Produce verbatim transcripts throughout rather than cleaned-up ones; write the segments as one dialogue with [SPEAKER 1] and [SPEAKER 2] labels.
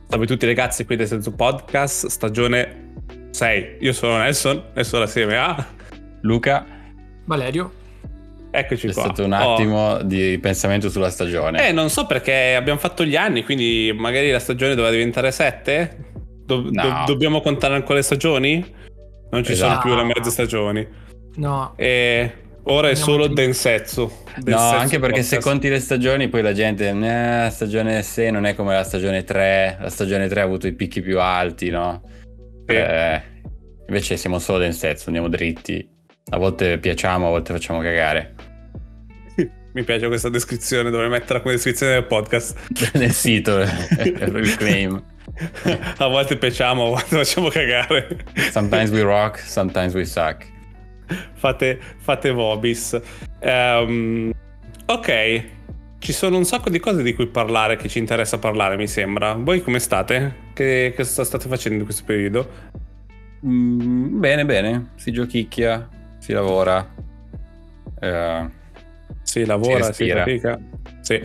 [SPEAKER 1] Salve a tutti ragazzi, qui del Senso Podcast, stagione sei. Io sono Nelson e sono assieme a
[SPEAKER 2] Luca,
[SPEAKER 3] Valerio.
[SPEAKER 1] Eccoci
[SPEAKER 2] C'è
[SPEAKER 1] qua.
[SPEAKER 2] È stato un attimo
[SPEAKER 1] oh.
[SPEAKER 2] di pensamento sulla stagione.
[SPEAKER 1] Eh, non so perché abbiamo fatto gli anni, quindi magari la stagione doveva diventare sette? Do-
[SPEAKER 2] No.
[SPEAKER 1] do- dobbiamo contare ancora le stagioni? Non ci
[SPEAKER 2] Esatto.
[SPEAKER 1] sono più le mezze stagioni.
[SPEAKER 3] No.
[SPEAKER 1] E ora è
[SPEAKER 3] Andiamo
[SPEAKER 1] solo
[SPEAKER 3] di-
[SPEAKER 1] Densetsu.
[SPEAKER 2] No,
[SPEAKER 1] Densetsu
[SPEAKER 2] anche perché se
[SPEAKER 1] Podcast.
[SPEAKER 2] conti le stagioni, poi la gente, eh, la stagione sei non è come la stagione tre. La stagione tre ha avuto i picchi più alti, no?
[SPEAKER 1] Sì.
[SPEAKER 2] Eh, invece siamo solo Densetsu, andiamo dritti. A volte piacciamo, a volte facciamo cagare.
[SPEAKER 1] Mi piace questa descrizione, dovrei metterla come descrizione del podcast.
[SPEAKER 2] Nel sito, il claim.
[SPEAKER 1] A volte piacciamo, a volte facciamo cagare.
[SPEAKER 2] Sometimes we rock, sometimes we suck.
[SPEAKER 1] Fate, fate vobis. Ehm, ok, ci sono un sacco di cose di cui parlare, che ci interessa parlare, mi sembra. Voi come state? Che cosa state facendo in questo periodo?
[SPEAKER 2] Mm, bene, bene, si giochicchia, si lavora. Eh,
[SPEAKER 1] Si lavora,
[SPEAKER 2] Si
[SPEAKER 1] si,
[SPEAKER 2] respira.
[SPEAKER 1] fatica. Sì.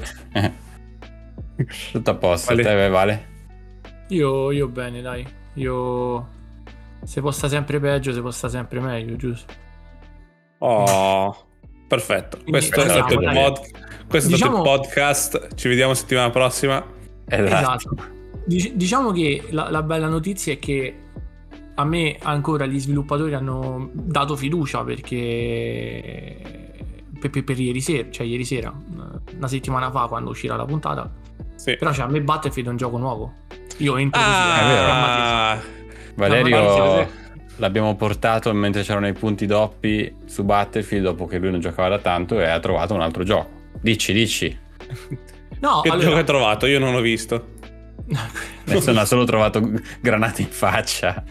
[SPEAKER 2] tutto a posto.
[SPEAKER 1] Vale.
[SPEAKER 2] Te vale?
[SPEAKER 3] Io, io bene, dai. Io. Se può sta sempre peggio, se può sta sempre meglio, giusto?
[SPEAKER 1] Oh, perfetto. Questo è
[SPEAKER 3] Quindi,
[SPEAKER 1] stato il,
[SPEAKER 2] dai.
[SPEAKER 1] pod- questo è stato
[SPEAKER 3] Diciamo-
[SPEAKER 1] il podcast. Ci vediamo settimana prossima.
[SPEAKER 2] Esatto.
[SPEAKER 3] Dic- diciamo che la, la bella notizia è che a me ancora gli sviluppatori hanno dato fiducia perché. Per, per- per ieri sera, cioè ieri sera, una settimana fa, quando uscirà la puntata.
[SPEAKER 1] Sì.
[SPEAKER 3] Però, cioè, a me Battlefield è un gioco nuovo. Io entro
[SPEAKER 1] Ah,
[SPEAKER 2] Valerio
[SPEAKER 1] Ma-
[SPEAKER 2] l'abbiamo portato mentre c'erano i punti doppi su Battlefield dopo che lui non giocava da tanto e ha trovato un altro gioco. Dici, dici.
[SPEAKER 3] così. No,
[SPEAKER 1] che
[SPEAKER 3] allora-
[SPEAKER 1] gioco hai trovato? Io non ho visto.
[SPEAKER 2] Adesso non ha solo trovato granate in faccia.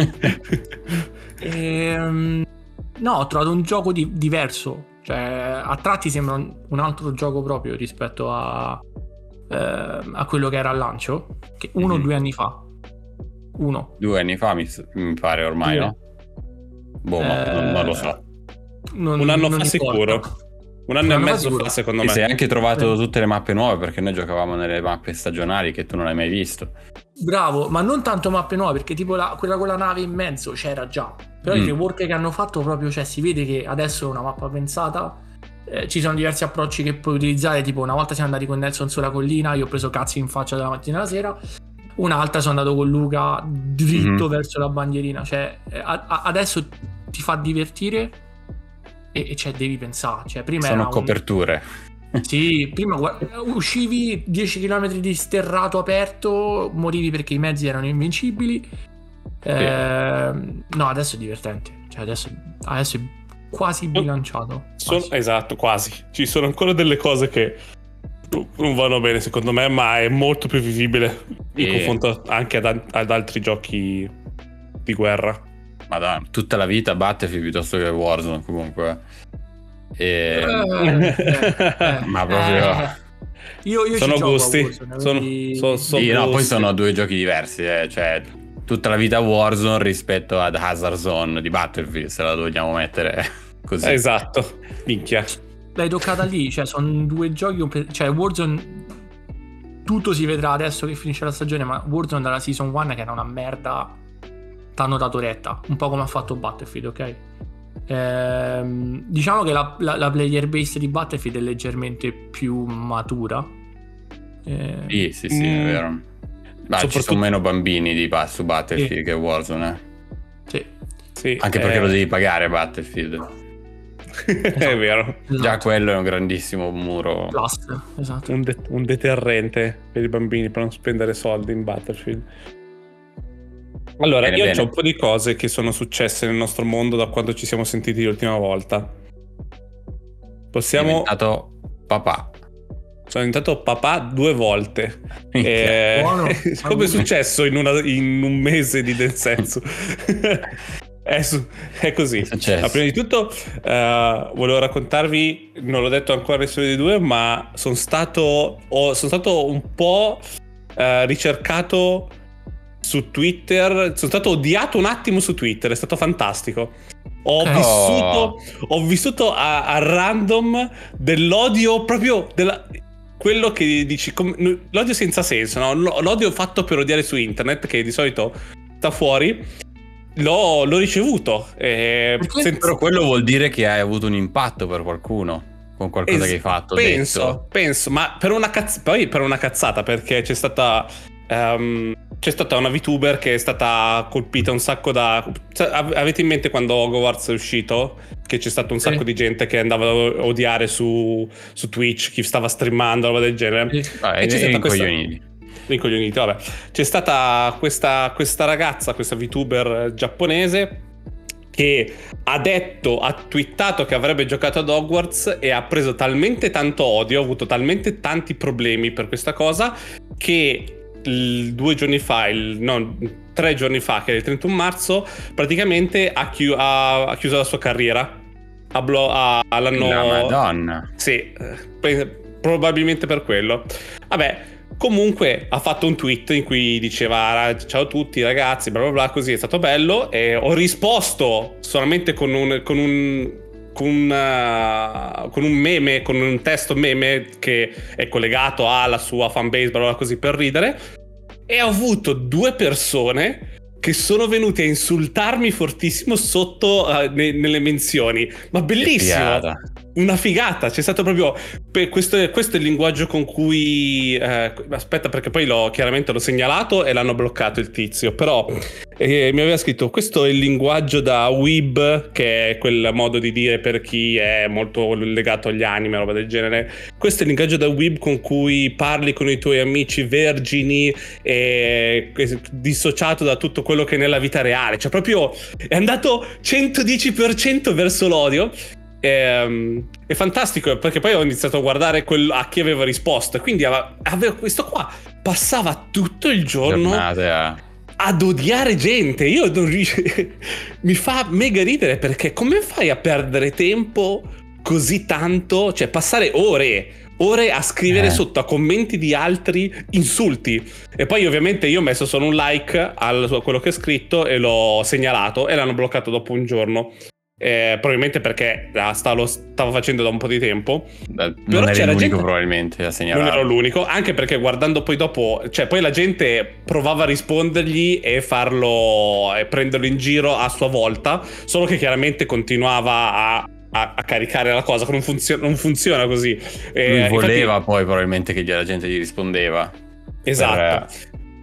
[SPEAKER 3] Ehm, no, ho trovato un gioco di- diverso. Cioè, a tratti sembra un, un altro gioco proprio rispetto a, ehm, a quello che era al lancio. Che uno o
[SPEAKER 2] Mhm.
[SPEAKER 3] due anni fa. Uno.
[SPEAKER 2] Due anni fa mi, mi pare ormai,
[SPEAKER 3] Due.
[SPEAKER 2] no? Boh, ma
[SPEAKER 3] Eh,
[SPEAKER 2] non, non lo so.
[SPEAKER 3] Non-
[SPEAKER 1] Un anno
[SPEAKER 3] non
[SPEAKER 1] fa
[SPEAKER 3] importa.
[SPEAKER 1] sicuro. Un anno
[SPEAKER 3] Un
[SPEAKER 1] e
[SPEAKER 3] anno fa
[SPEAKER 1] mezzo
[SPEAKER 3] sicuro.
[SPEAKER 1] fa, secondo
[SPEAKER 2] E
[SPEAKER 1] me.
[SPEAKER 2] se hai anche trovato
[SPEAKER 3] Sì.
[SPEAKER 2] tutte le mappe nuove, perché noi giocavamo nelle mappe stagionali che tu non hai mai visto.
[SPEAKER 3] Bravo, ma non tanto mappe nuove, perché tipo la- quella con la nave in mezzo c'era già. Però
[SPEAKER 2] Mm.
[SPEAKER 3] il rework che hanno fatto proprio, cioè si vede che adesso è una mappa pensata. Eh, ci sono diversi approcci che puoi utilizzare, tipo una volta siamo andati con Nelson sulla collina, io ho preso cazzi in faccia dalla mattina alla sera. Un'altra sono andato con Luca dritto
[SPEAKER 2] Mhm.
[SPEAKER 3] verso la bandierina. Cioè eh, a- a- adesso ti fa divertire e, e cioè devi pensare. Cioè prima era
[SPEAKER 2] Sono
[SPEAKER 3] un-
[SPEAKER 2] coperture.
[SPEAKER 3] Sì, prima guarda, uscivi dieci chilometri di sterrato aperto, morivi perché i mezzi erano invincibili. Ehm, no, adesso è divertente. Cioè adesso, adesso è quasi bilanciato.
[SPEAKER 1] Sono-
[SPEAKER 3] Quasi.
[SPEAKER 1] esatto, quasi. Ci sono ancora delle cose che non vanno bene secondo me, ma è molto più vivibile in
[SPEAKER 2] E-
[SPEAKER 1] confronto anche ad, ad altri giochi di guerra.
[SPEAKER 2] Madonna, tutta la vita Battlefield piuttosto che Warzone comunque. E...
[SPEAKER 3] Eh, eh, eh,
[SPEAKER 2] Ma proprio-
[SPEAKER 3] eh. Io, io ci
[SPEAKER 1] Sono
[SPEAKER 3] gioco a
[SPEAKER 1] gusti.
[SPEAKER 3] Warzone,
[SPEAKER 1] Sono-
[SPEAKER 3] quindi-
[SPEAKER 1] so- so-
[SPEAKER 2] Sì, no, poi
[SPEAKER 1] gusti.
[SPEAKER 2] sono due giochi diversi, eh. Cioè tutta la vita Warzone rispetto ad Hazard Zone di Battlefield, se la vogliamo mettere così.
[SPEAKER 1] Esatto, minchia.
[SPEAKER 3] L'hai toccata lì, cioè sono due giochi comple- cioè Warzone tutto si vedrà adesso che finisce la stagione, ma Warzone dalla season uno che era una merda t'hanno dato retta, un po' come ha fatto Battlefield, ok? Ehm, diciamo che la, la- la player base di Battlefield è leggermente più matura. Ehm,
[SPEAKER 2] Sì, sì, sì,
[SPEAKER 1] Mm.
[SPEAKER 2] è vero. Ma ci
[SPEAKER 1] Soprattutto-
[SPEAKER 2] sono meno bambini di ba- su Battlefield
[SPEAKER 3] Sì.
[SPEAKER 2] che Warzone, eh.
[SPEAKER 3] sì,
[SPEAKER 1] Sì,
[SPEAKER 2] Anche perché
[SPEAKER 1] eh,
[SPEAKER 2] lo devi pagare Battlefield.
[SPEAKER 1] è vero.
[SPEAKER 3] esatto.
[SPEAKER 2] Già quello è un grandissimo muro.
[SPEAKER 3] Plus, esatto.
[SPEAKER 1] Un, de- un deterrente per i bambini per non spendere soldi in Battlefield. Allora,
[SPEAKER 2] Bene,
[SPEAKER 1] io
[SPEAKER 2] bene.
[SPEAKER 1] ho un po' di cose che sono successe nel nostro mondo da quando ci siamo sentiti l'ultima volta.
[SPEAKER 2] È
[SPEAKER 1] Possiamo...
[SPEAKER 2] diventato papà.
[SPEAKER 1] Sono diventato papà due volte.
[SPEAKER 2] Minchia.
[SPEAKER 1] Eh,
[SPEAKER 3] Buono.
[SPEAKER 1] come è successo in, una- in un mese di Densetsu? è, su- è così.
[SPEAKER 2] È successo.
[SPEAKER 1] Ma prima di tutto eh, volevo raccontarvi, non l'ho detto ancora nessuno di due, ma sono stato, ho- sono stato un po' eh, ricercato su Twitter, sono stato odiato un attimo su Twitter, è stato fantastico. Ho
[SPEAKER 3] Ok.
[SPEAKER 1] vissuto, ho vissuto a, a random dell'odio proprio della... quello che dici, com- l'odio senza senso, no? L'odio fatto per odiare su internet, che di solito sta fuori, l'ho, l'ho ricevuto. Eh, senza...
[SPEAKER 2] Però quello vuol dire che hai avuto un impatto per qualcuno, con qualcosa es- che hai fatto.
[SPEAKER 1] Penso,
[SPEAKER 2] detto.
[SPEAKER 1] penso, ma per una, cazz- poi per una cazzata, perché c'è stata... Um, c'è stata una VTuber che è stata colpita un sacco da... Cioè, avete in mente quando Hogwarts è uscito? Che c'è stato un sacco sì. di gente che andava a odiare su, su Twitch, chi stava streamando, roba del genere.
[SPEAKER 2] Sì. Ah,
[SPEAKER 1] e c'è stata questa...
[SPEAKER 2] Incoglioniti.
[SPEAKER 1] Incoglioniti, vabbè. C'è stata questa, questa ragazza, questa VTuber giapponese, che ha detto, ha twittato che avrebbe giocato ad Hogwarts e ha preso talmente tanto odio, ha avuto talmente tanti problemi per questa cosa, che... Il, due giorni fa, il, no, tre giorni fa, che è il trentuno marzo, praticamente ha, chi- ha, ha chiuso la sua carriera. Ha blo- ha, l'hanno...
[SPEAKER 2] La Madonna.
[SPEAKER 1] Sì, probabilmente per quello. Vabbè, comunque ha fatto un tweet in cui diceva ciao a tutti ragazzi, bla bla bla, così è stato bello. E ho risposto solamente con un... Con un Con, una, con un meme, con un testo meme che è collegato alla sua fanbase, bla bla, così per ridere, e ho avuto due persone che sono venute a insultarmi fortissimo sotto uh, ne, nelle menzioni. Ma bellissimo, una figata. C'è stato proprio questo, è, questo è il linguaggio con cui eh, aspetta, perché poi l'ho chiaramente l'ho segnalato e l'hanno bloccato il tizio, però eh, mi aveva scritto: questo è il linguaggio da weeb, che è quel modo di dire per chi è molto legato agli anime, roba del genere. Questo è il linguaggio da weeb con cui parli con i tuoi amici vergini e dissociato da tutto quello che è nella vita reale. Cioè proprio è andato centodieci per cento verso l'odio. È, è fantastico, perché poi ho iniziato a guardare quello, a chi aveva risposto, e quindi aveva, aveva questo qua passava tutto il giorno
[SPEAKER 2] Giornate, eh.
[SPEAKER 1] ad odiare gente. Io non riesco, mi fa mega ridere, perché come fai a perdere tempo così tanto, cioè passare ore ore a scrivere eh. sotto a commenti di altri insulti, e poi ovviamente io ho messo solo un like a quello che ho scritto e l'ho segnalato e l'hanno bloccato dopo un giorno. Eh, probabilmente perché ah, sta, lo stavo facendo da un po' di tempo.
[SPEAKER 2] Non
[SPEAKER 1] però
[SPEAKER 2] eri
[SPEAKER 1] c'era
[SPEAKER 2] l'unico
[SPEAKER 1] gente...
[SPEAKER 2] probabilmente a segnalare.
[SPEAKER 1] Non ero l'unico, anche perché guardando poi dopo, cioè poi la gente provava a rispondergli e farlo e prenderlo in giro a sua volta, solo che chiaramente continuava a, a, a caricare la cosa, che non, funzio- non funziona così.
[SPEAKER 2] Eh, Lui voleva
[SPEAKER 1] infatti...
[SPEAKER 2] poi probabilmente che la gente gli rispondeva.
[SPEAKER 1] Esatto.
[SPEAKER 2] Per...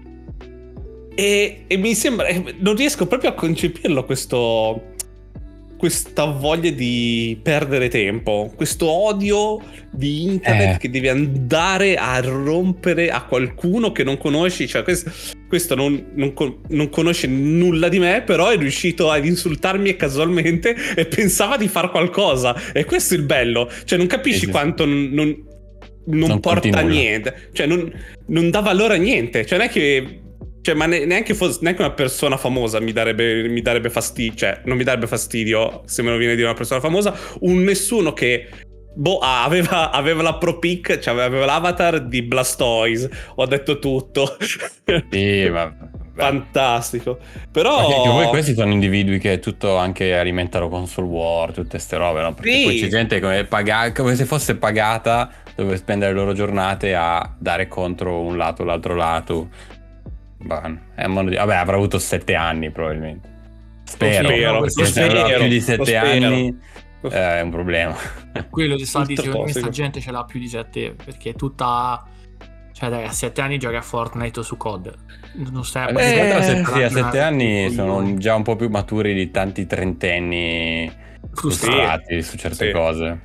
[SPEAKER 1] E, e mi sembra, non riesco proprio a concepirlo questo... questa voglia di perdere tempo, questo odio di internet eh. che devi andare a rompere a qualcuno che non conosci. Cioè questo, questo non, non, non conosce nulla di me, però è riuscito ad insultarmi casualmente e pensava di far qualcosa, e questo è il bello. Cioè non capisci esatto. quanto non, non, non, non porta a niente, cioè non, non dà valore a niente. Cioè non è che Cioè, ma neanche, fosse, neanche una persona famosa mi darebbe, mi darebbe fastidio. Cioè, non mi darebbe fastidio se me lo viene a dire una persona famosa. Un nessuno che boh, aveva, aveva la pro pic, cioè aveva l'avatar di Blastoise. Ho detto tutto.
[SPEAKER 2] Sì, ma
[SPEAKER 1] fantastico. Però
[SPEAKER 2] ma che, che poi questi sono individui che tutto anche alimentano console war, tutte ste robe, no? Perché sì. poi c'è gente come, paga- come se fosse pagata, dove spendere le loro giornate a dare contro un lato o l'altro lato. È un mondo di... Vabbè, avrà avuto sette anni probabilmente. Spero,
[SPEAKER 1] spero,
[SPEAKER 2] perché se avrà più di sette anni eh, è un problema.
[SPEAKER 3] Quello che sta dicendo, questa gente ce l'ha più di sette, perché tutta... Cioè dai, a sette anni giochi a Fortnite o su C O D. Non stai a
[SPEAKER 2] eh, eh, se, sì, a sette anni sono già un po' più maturi di tanti trentenni frustrati sì. su certe sì. cose.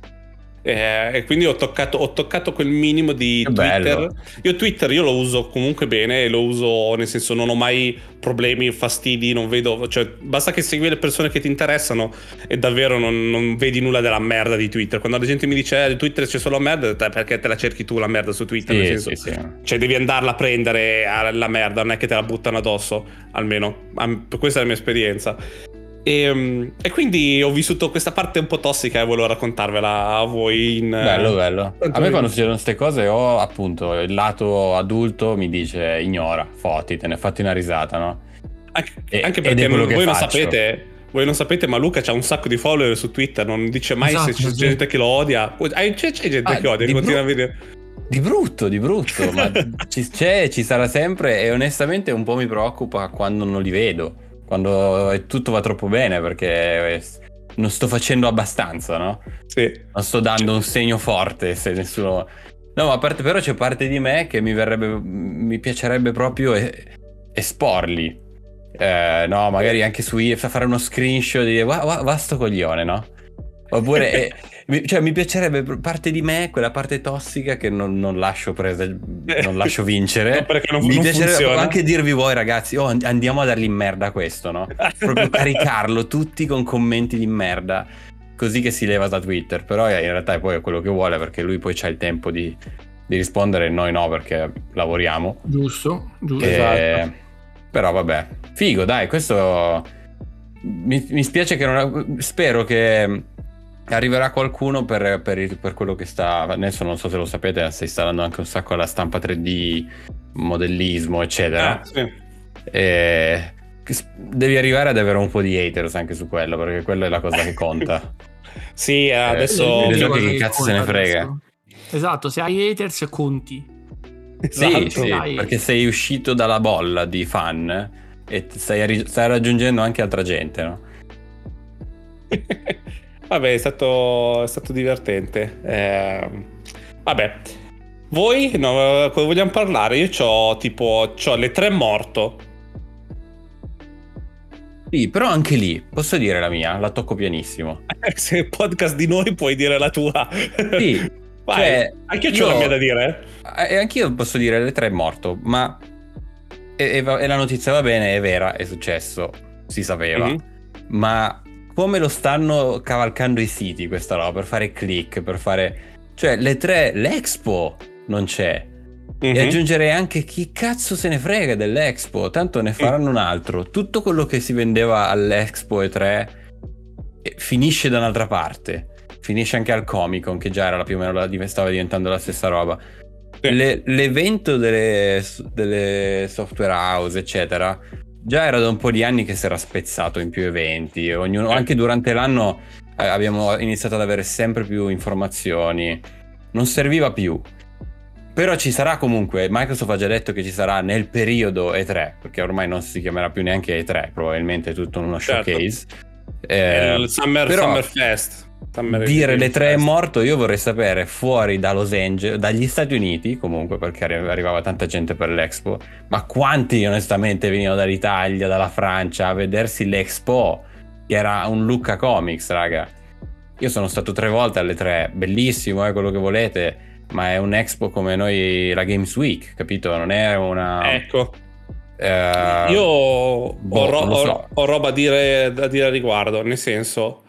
[SPEAKER 1] Eh, e quindi ho toccato, ho toccato quel minimo di che Twitter bello. Io Twitter io lo uso comunque bene, e lo uso nel senso non ho mai problemi, fastidi, non vedo, cioè basta che segui le persone che ti interessano e davvero non, non vedi nulla della merda di Twitter. Quando la gente mi dice eh, Twitter c'è solo merda, perché te la cerchi tu la merda su Twitter,
[SPEAKER 2] sì,
[SPEAKER 1] nel senso,
[SPEAKER 2] sì, sì.
[SPEAKER 1] Cioè devi andarla a prendere la merda, non è che te la buttano addosso, almeno questa è la mia esperienza. E, e quindi ho vissuto questa parte un po' tossica e volevo raccontarvela a voi in...
[SPEAKER 2] Bello, bello. A me quando succedono queste cose ho appunto il lato adulto mi dice ignora, fotitene, fatti una risata, no?
[SPEAKER 1] Anche, e, anche perché non, voi non sapete... Voi non sapete, ma Luca c'ha un sacco di follower su Twitter, non dice mai esatto, se c'è esatto. gente che lo odia. C'è, c'è gente ah, che odia, continua bru- a vedere.
[SPEAKER 2] Di brutto, di brutto, ma ci, c'è, ci sarà sempre, e onestamente un po' mi preoccupa quando non li vedo, quando tutto va troppo bene, perché non sto facendo abbastanza, no?
[SPEAKER 1] Sì.
[SPEAKER 2] Non sto dando un segno forte, se nessuno... No, ma a parte, però c'è parte di me che mi verrebbe, mi piacerebbe proprio esporli. Eh, no, magari anche su fare uno screenshot di va, va, va sto coglione, no? Oppure eh, mi, cioè mi piacerebbe parte di me, quella parte tossica che non, non lascio prese, non lascio vincere.
[SPEAKER 1] No, perché non,
[SPEAKER 2] mi
[SPEAKER 1] non
[SPEAKER 2] piacerebbe
[SPEAKER 1] funziona.
[SPEAKER 2] anche dirvi voi ragazzi, oh, andiamo a dargli in merda a questo, no? Proprio caricarlo tutti con commenti di merda, così che si leva da Twitter. Però in realtà è poi quello che vuole, perché lui poi c'ha il tempo di, di rispondere e noi no, perché lavoriamo.
[SPEAKER 3] Giusto, giusto.
[SPEAKER 2] E...
[SPEAKER 3] esatto.
[SPEAKER 2] Però vabbè, figo, dai, questo mi, mi spiace che non... spero che arriverà qualcuno per, per, per quello che sta... Adesso non so se lo sapete, sta installando anche un sacco alla stampa tre D, modellismo, eccetera.
[SPEAKER 1] Ah, sì.
[SPEAKER 2] E devi arrivare ad avere un po' di haters anche su quello, perché quello è la cosa che conta.
[SPEAKER 1] Sì, adesso...
[SPEAKER 2] Eh, giochi che cazzo se ne frega.
[SPEAKER 3] Adesso. Esatto, se hai haters conti.
[SPEAKER 2] Sì,
[SPEAKER 1] Esatto.
[SPEAKER 2] sì, perché sei uscito dalla bolla di fan e stai, stai raggiungendo anche altra gente, no?
[SPEAKER 1] Vabbè, è stato, è stato divertente. Eh, vabbè, voi no, cosa vogliamo parlare? Io c'ho tipo c'ho le tre morto.
[SPEAKER 2] Sì, però anche lì posso dire la mia, la tocco pianissimo.
[SPEAKER 1] Se è podcast di noi puoi dire la tua.
[SPEAKER 2] Sì.
[SPEAKER 1] Vai,
[SPEAKER 2] cioè,
[SPEAKER 1] anche io c'ho la mia da dire.
[SPEAKER 2] E anch'io posso dire le tre è morto, ma e, e, e la notizia va bene, è vera, è successo, si sapeva. Mm-hmm. Ma come lo stanno cavalcando i siti questa roba per fare click, per fare... Cioè, le tre, l'Expo non c'è. Mm-hmm. E aggiungerei anche chi cazzo se ne frega dell'Expo, tanto ne faranno mm. un altro. Tutto quello che si vendeva all'Expo E tre finisce da un'altra parte. Finisce anche al Comic Con, che già era più o meno la, stava diventando la stessa roba. Sì. Le, l'evento delle, delle software house, eccetera, già era da un po' di anni che si era spezzato in più eventi. Ognuno, anche durante l'anno eh, abbiamo iniziato ad avere sempre più informazioni. Non serviva più. Però ci sarà comunque, Microsoft ha già detto che ci sarà nel periodo E tre, perché ormai non si chiamerà più neanche E tre, probabilmente è tutto uno
[SPEAKER 1] certo.
[SPEAKER 2] showcase.
[SPEAKER 1] Eh, il Summer,
[SPEAKER 2] però,
[SPEAKER 1] Summer Fest.
[SPEAKER 2] Dire le tre è morto, io vorrei sapere fuori da Los Angeles, dagli Stati Uniti comunque, perché arrivava tanta gente per l'Expo, ma quanti onestamente venivano dall'Italia, dalla Francia a vedersi l'Expo, che era un Lucca Comics, raga. Io sono stato tre volte alle tre, bellissimo, è eh, quello che volete, ma è un Expo come noi la Games Week, capito? Non è una...
[SPEAKER 1] Ecco.
[SPEAKER 2] Uh,
[SPEAKER 1] io
[SPEAKER 2] boh,
[SPEAKER 1] ho, ro-
[SPEAKER 2] so.
[SPEAKER 1] ho, ho roba a dire, da dire a riguardo, nel senso...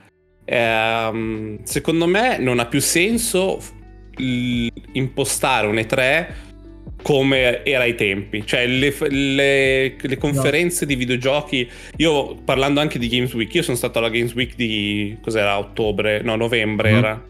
[SPEAKER 1] Um, secondo me non ha più senso l- impostare un E tre come era ai tempi, cioè le, le, le conferenze no. di videogiochi. Io parlando anche di Games Week, io sono stato alla Games Week di cos'era, ottobre, no novembre mm. era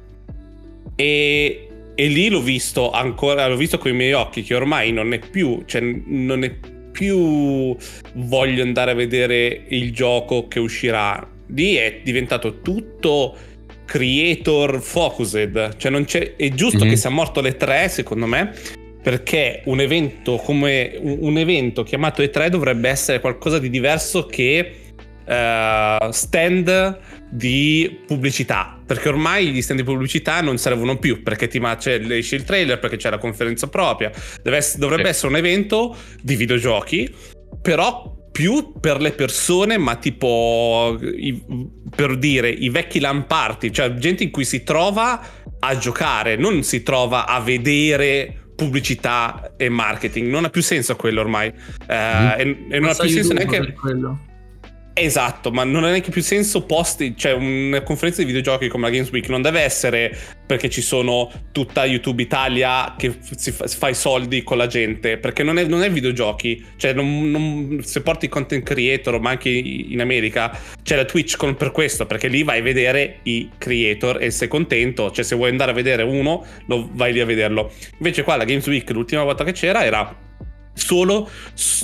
[SPEAKER 1] e, e lì l'ho visto ancora, l'ho visto con i miei occhi che ormai non è più, cioè non è più voglio andare a vedere il gioco che uscirà. Lì è diventato tutto creator focused, cioè non c'è, è giusto mm-hmm. che sia morto l'E tre secondo me, perché un evento come un, un evento chiamato E tre dovrebbe essere qualcosa di diverso che uh, stand di pubblicità, perché ormai gli stand di pubblicità non servono più, perché ti c'è, esce il trailer, perché c'è la conferenza propria. Deve essere, dovrebbe sì. essere un evento di videogiochi, però più per le persone, ma tipo i, per dire i vecchi LAN party, cioè gente in cui si trova a giocare, non si trova a vedere pubblicità e marketing. Non ha più senso quello ormai. mm. eh, e, e non ha più senso neanche quello. Esatto, ma non ha neanche più senso posti, cioè una conferenza di videogiochi come la Games Week non deve essere perché ci sono tutta YouTube Italia che si fa, si fa i soldi con la gente, perché non è, non è videogiochi, cioè non, non, se porti content creator, ma anche in America c'è la Twitch con, per questo, perché lì vai a vedere i creator e sei contento, cioè se vuoi andare a vedere uno lo vai lì a vederlo. Invece qua la Games Week l'ultima volta che c'era era solo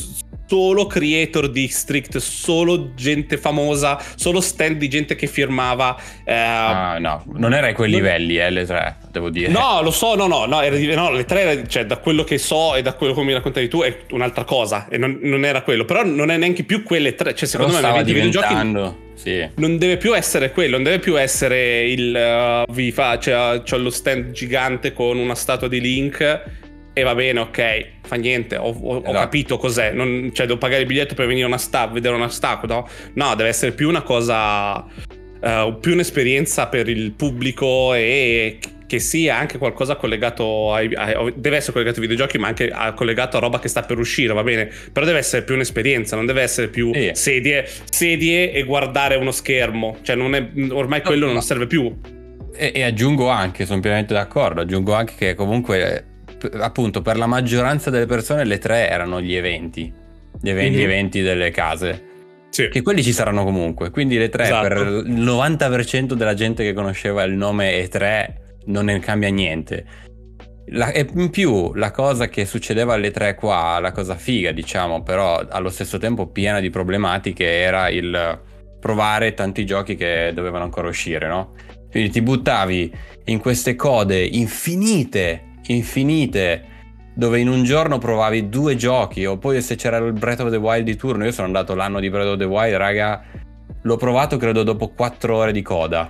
[SPEAKER 1] solo creator district, solo gente famosa, solo stand di gente che firmava. Eh,
[SPEAKER 2] ah, no, non era a quei
[SPEAKER 1] non...
[SPEAKER 2] livelli, eh, le tre, devo dire.
[SPEAKER 1] No, lo so, no, no, no, era di... no, le tre, era... cioè, da quello che so e da quello che mi raccontavi tu, è un'altra cosa, e non, non era quello, però non è neanche più quelle tre, cioè, secondo
[SPEAKER 2] però
[SPEAKER 1] me,
[SPEAKER 2] stava diventando,
[SPEAKER 1] videogiochi...
[SPEAKER 2] sì.
[SPEAKER 1] Non deve più essere quello, non deve più essere il uh, vi fa, cioè, c'ho lo stand gigante con una statua di Link e va bene, ok, fa niente, ho, ho,
[SPEAKER 2] esatto.
[SPEAKER 1] ho capito cos'è, non, cioè devo pagare il biglietto per venire una sta- vedere una statua, no? No, deve essere più una cosa, uh, più un'esperienza per il pubblico e che sia anche qualcosa collegato ai, ai, deve essere collegato ai videogiochi, ma anche a, collegato a roba che sta per uscire, va bene, però deve essere più un'esperienza, non deve essere più sì. sedie sedie e guardare uno schermo, cioè non è, ormai quello no, non serve più.
[SPEAKER 2] E, e aggiungo anche, sono pienamente d'accordo, aggiungo anche che comunque appunto per la maggioranza delle persone le tre erano gli eventi gli eventi, mm-hmm. gli eventi delle case, sì. Che quelli ci saranno comunque, quindi le tre esatto. Per il novanta per cento della gente che conosceva il nome E tre non ne cambia niente. La, e in più la cosa che succedeva alle tre qua, la cosa figa diciamo, però allo stesso tempo piena di problematiche, era il provare tanti giochi che dovevano ancora uscire, no? Quindi ti buttavi in queste code infinite infinite dove in un giorno provavi due giochi, o poi se c'era il Breath of the Wild di turno, io sono andato l'anno di Breath of the Wild, raga, l'ho provato credo dopo quattro ore di coda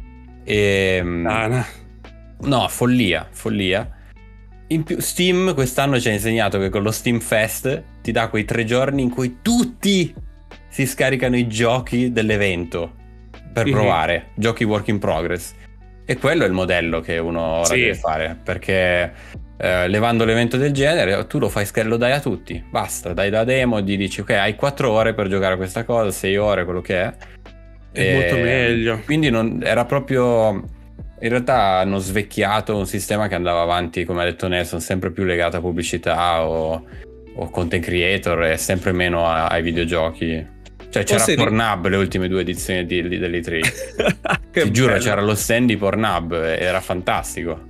[SPEAKER 2] e
[SPEAKER 1] ah, no.
[SPEAKER 2] no, follia, follia. In più Steam quest'anno ci ha insegnato che con lo Steam Fest ti dà quei tre giorni in cui tutti si scaricano i giochi dell'evento per mm-hmm. provare, giochi work in progress. E quello è il modello che uno ora sì. deve fare, perché eh, levando l'evento del genere tu lo fai, lo dai a tutti, basta, dai la demo, gli dici ok, hai quattro ore per giocare a questa cosa, sei ore, quello che è.
[SPEAKER 1] È e molto meglio.
[SPEAKER 2] Quindi non, era proprio, in realtà hanno svecchiato un sistema che andava avanti, come ha detto Nelson, sempre più legato a pubblicità o, o content creator e sempre meno a, ai videogiochi. Cioè c'era Forse Pornhub di... le ultime due edizioni di, di, dell'E tre. Ti giuro, bello. C'era lo stand di Pornhub, era fantastico.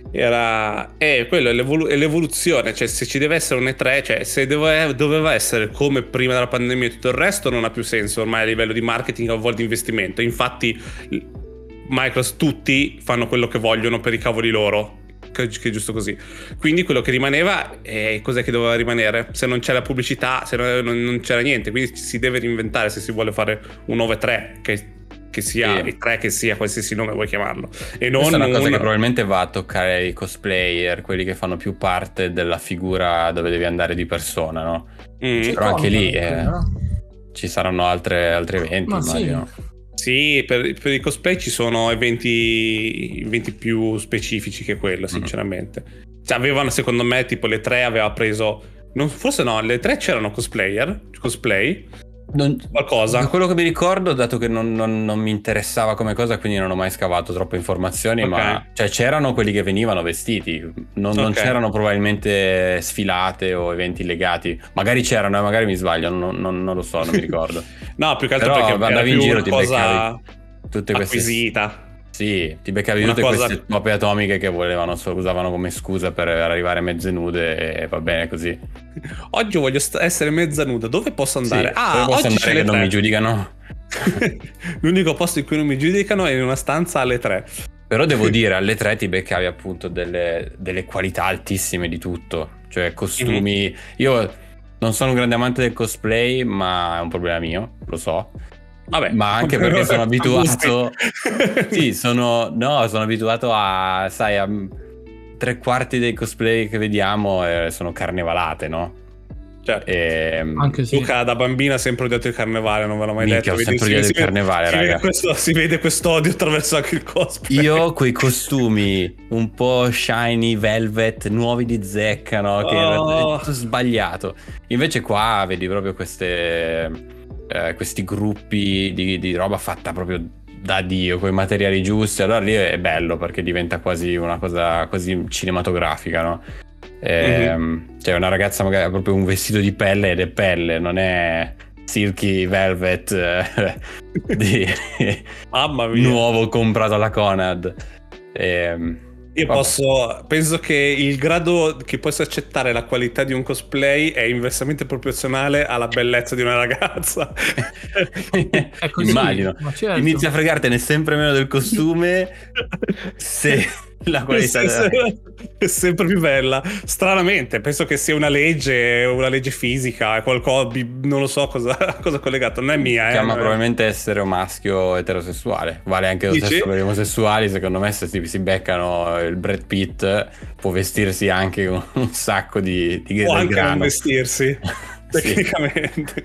[SPEAKER 1] Era eh, quello è, l'evolu- è l'evoluzione, cioè se ci deve essere un E tre, cioè se deve, doveva essere come prima della pandemia e tutto il resto, non ha più senso ormai a livello di marketing o a volte di investimento. Infatti Microsoft tutti fanno quello che vogliono per i cavoli loro, che è giusto così. Quindi quello che rimaneva, eh, cos'è che doveva rimanere? Se non c'era pubblicità, se non, non c'era niente, quindi si deve reinventare se si vuole fare un nuovo E tre che, che sia sì. E tre, che sia qualsiasi nome vuoi chiamarlo, e non
[SPEAKER 2] questa è una cosa
[SPEAKER 1] un...
[SPEAKER 2] che probabilmente va a toccare i cosplayer, quelli che fanno più parte della figura dove devi andare di persona, no? Mm. Però anche lì eh, ci saranno altre, altri eventi,
[SPEAKER 3] ma
[SPEAKER 2] immagino.
[SPEAKER 3] Sì.
[SPEAKER 1] Sì, per, per i cosplay ci sono eventi, eventi più specifici che quello, sinceramente. Mm. Cioè, avevano, secondo me, tipo le tre aveva preso... Non, forse no, le tre c'erano cosplayer, cosplay, non, qualcosa.
[SPEAKER 2] Da quello che mi ricordo, dato che non, non, non mi interessava come cosa, quindi non ho mai scavato troppe informazioni, okay. Ma cioè, c'erano quelli che venivano vestiti, non, okay. non c'erano probabilmente sfilate o eventi legati. Magari c'erano, eh, magari mi sbaglio, non, non, non lo so, non mi ricordo.
[SPEAKER 1] No, più che altro
[SPEAKER 2] però
[SPEAKER 1] perché
[SPEAKER 2] andavi in giro, ti
[SPEAKER 1] cosa
[SPEAKER 2] beccavi tutte queste
[SPEAKER 1] acquisita.
[SPEAKER 2] Sì, ti beccavi tutte cosa... queste toppe atomiche che volevano, usavano come scusa per arrivare mezze nude e va bene così.
[SPEAKER 1] Oggi voglio st- essere mezza nuda, dove posso andare?
[SPEAKER 2] Sì,
[SPEAKER 1] ah,
[SPEAKER 2] dove posso
[SPEAKER 1] oggi
[SPEAKER 2] andare che non mi giudicano?
[SPEAKER 1] L'unico posto in cui non mi giudicano è in una stanza alle tre.
[SPEAKER 2] Però devo dire, alle tre ti beccavi appunto delle, delle qualità altissime di tutto, cioè costumi. Mm-hmm. Io non sono un grande amante del cosplay, ma è un problema mio, lo so.
[SPEAKER 1] Vabbè,
[SPEAKER 2] ma anche perché sono abituato sì, sono no, sono abituato a, sai, a tre quarti dei cosplay che vediamo eh, sono carnevalate, no?
[SPEAKER 1] Certo.
[SPEAKER 2] E,
[SPEAKER 3] anche sì.
[SPEAKER 1] Luca da bambina ha sempre odiato il carnevale, non ve l'ho mai
[SPEAKER 2] Minchia,
[SPEAKER 1] detto.
[SPEAKER 2] Ho sempre odiato il carnevale,
[SPEAKER 1] si
[SPEAKER 2] raga.
[SPEAKER 1] Vede questo, si vede questo odio attraverso anche il cosplay.
[SPEAKER 2] Io quei costumi un po' shiny, velvet, nuovi di zecca, no? Che
[SPEAKER 1] oh.
[SPEAKER 2] è tutto sbagliato. Invece qua vedi proprio queste eh, questi gruppi di, di roba fatta proprio da Dio, con i materiali giusti. Allora lì è bello perché diventa quasi una cosa quasi cinematografica, no? Eh, mm-hmm. Cioè una ragazza magari ha proprio un vestito di pelle ed è pelle, non è silky velvet eh, di
[SPEAKER 1] mamma mia.
[SPEAKER 2] nuovo comprato alla Conad. Eh,
[SPEAKER 1] Io
[SPEAKER 2] Vabbè.
[SPEAKER 1] posso, penso che il grado che possa accettare la qualità di un cosplay è inversamente proporzionale alla bellezza di una ragazza.
[SPEAKER 3] È così,
[SPEAKER 2] Immagino.
[SPEAKER 3] ma certo.
[SPEAKER 2] Inizia a fregartene sempre meno del costume se la qualità
[SPEAKER 1] Sì, sì,
[SPEAKER 2] della...
[SPEAKER 1] è sempre più bella. Stranamente, penso che sia una legge, una legge fisica, qualcosa, non lo so cosa, cosa collegato. Non è mia,
[SPEAKER 2] Si
[SPEAKER 1] eh.
[SPEAKER 2] chiama
[SPEAKER 1] non è-
[SPEAKER 2] probabilmente essere un maschio eterosessuale. Vale anche lo
[SPEAKER 1] Dici?
[SPEAKER 2] stesso per gli omosessuali. Secondo me, se si, si beccano il Brad Pitt, può vestirsi anche con un sacco di, di
[SPEAKER 1] O
[SPEAKER 2] del
[SPEAKER 1] anche non
[SPEAKER 2] grano.
[SPEAKER 1] vestirsi,
[SPEAKER 2] Sì.
[SPEAKER 1] tecnicamente.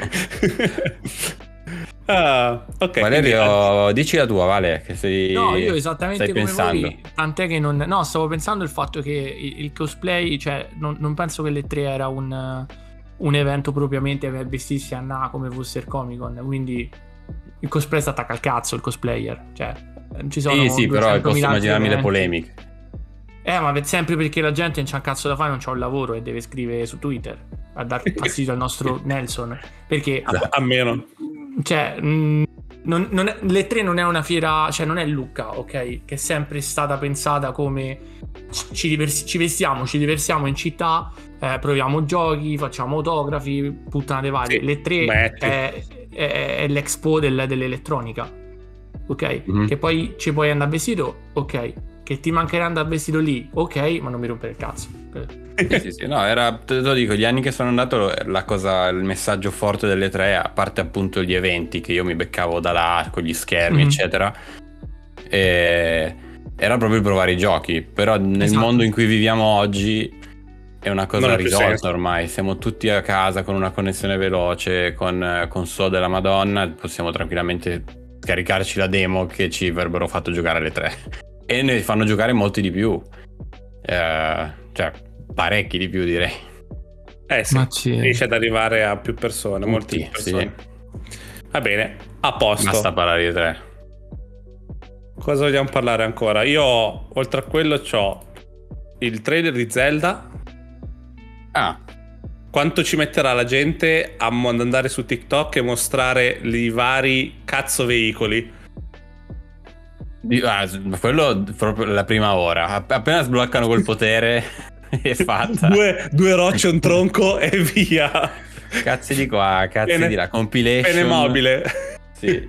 [SPEAKER 1] Ah, ok.
[SPEAKER 2] Valerio, dici la tua, Vale, che sei,
[SPEAKER 3] No, io esattamente
[SPEAKER 2] stai
[SPEAKER 3] come
[SPEAKER 2] pensando.
[SPEAKER 3] voi, tant'è che non... No, stavo pensando il fatto che il, il cosplay, cioè, non, non penso che l'E tre era un, un evento propriamente per vestirsi a na come fosse il Comic Con, quindi il cosplay si attacca al cazzo, il cosplayer, cioè, ci sono
[SPEAKER 2] Sì, sì, però posso
[SPEAKER 3] duecentomila altri
[SPEAKER 2] immaginarmi le
[SPEAKER 3] eventi.
[SPEAKER 2] polemiche.
[SPEAKER 3] Eh, ma per sempre perché la gente non c'ha un cazzo da fare, non c'ha un lavoro e deve scrivere su Twitter a dar fastidio al nostro Nelson, perché...
[SPEAKER 1] A, a meno.
[SPEAKER 3] Cioè, mh, non, non è, l'E tre non è una fiera, cioè non è Lucca, ok? Che è sempre stata pensata come ci, ci, divers- ci vestiamo, ci diversiamo in città, eh, proviamo giochi, facciamo autografi, puttanate varie.
[SPEAKER 1] Sì,
[SPEAKER 3] L'E tre
[SPEAKER 1] metti.
[SPEAKER 3] è, è, è l'expo del- dell'elettronica, ok?
[SPEAKER 2] Mhm.
[SPEAKER 3] Che poi ci puoi andare vestito, ok? Che ti mancherà andare vestito lì, ok? Ma non mi rompere il cazzo.
[SPEAKER 2] Sì, sì, sì, no, era, te lo dico, gli anni che sono andato, la cosa, il messaggio forte delle tre, a parte appunto gli eventi che io mi beccavo da là, con gli schermi,
[SPEAKER 3] Mhm.
[SPEAKER 2] eccetera, e era proprio il provare i giochi. Però nel
[SPEAKER 3] Esatto.
[SPEAKER 2] mondo in cui viviamo oggi è una cosa
[SPEAKER 1] Non ha più
[SPEAKER 2] risolta
[SPEAKER 1] senso.
[SPEAKER 2] ormai. Siamo tutti a casa con una connessione veloce, con console della Madonna, possiamo tranquillamente scaricarci la demo che ci avrebbero fatto giocare alle tre. E ne fanno giocare molti di più. Eh, cioè, parecchi di più, direi.
[SPEAKER 1] Eh sì,
[SPEAKER 3] Ma sì.
[SPEAKER 1] riesce ad arrivare a più persone, molte
[SPEAKER 2] Tutti,
[SPEAKER 1] più persone. Va bene, a posto.
[SPEAKER 2] Basta parlare di tre.
[SPEAKER 1] Cosa vogliamo parlare ancora? Io, oltre a quello, c'ho il trailer di Zelda.
[SPEAKER 2] Ah,
[SPEAKER 1] Quanto ci metterà la gente a mo- ad andare su TikTok e mostrare i vari cazzo veicoli?
[SPEAKER 2] di- ah, quello proprio la prima ora. App- Appena sbloccano quel potere è fatta.
[SPEAKER 1] Due, due rocce, un tronco e via.
[SPEAKER 2] Cazzi di qua, cazzi
[SPEAKER 1] Pene-
[SPEAKER 2] di là. Compilation.
[SPEAKER 1] Pene mobile.
[SPEAKER 2] Sì.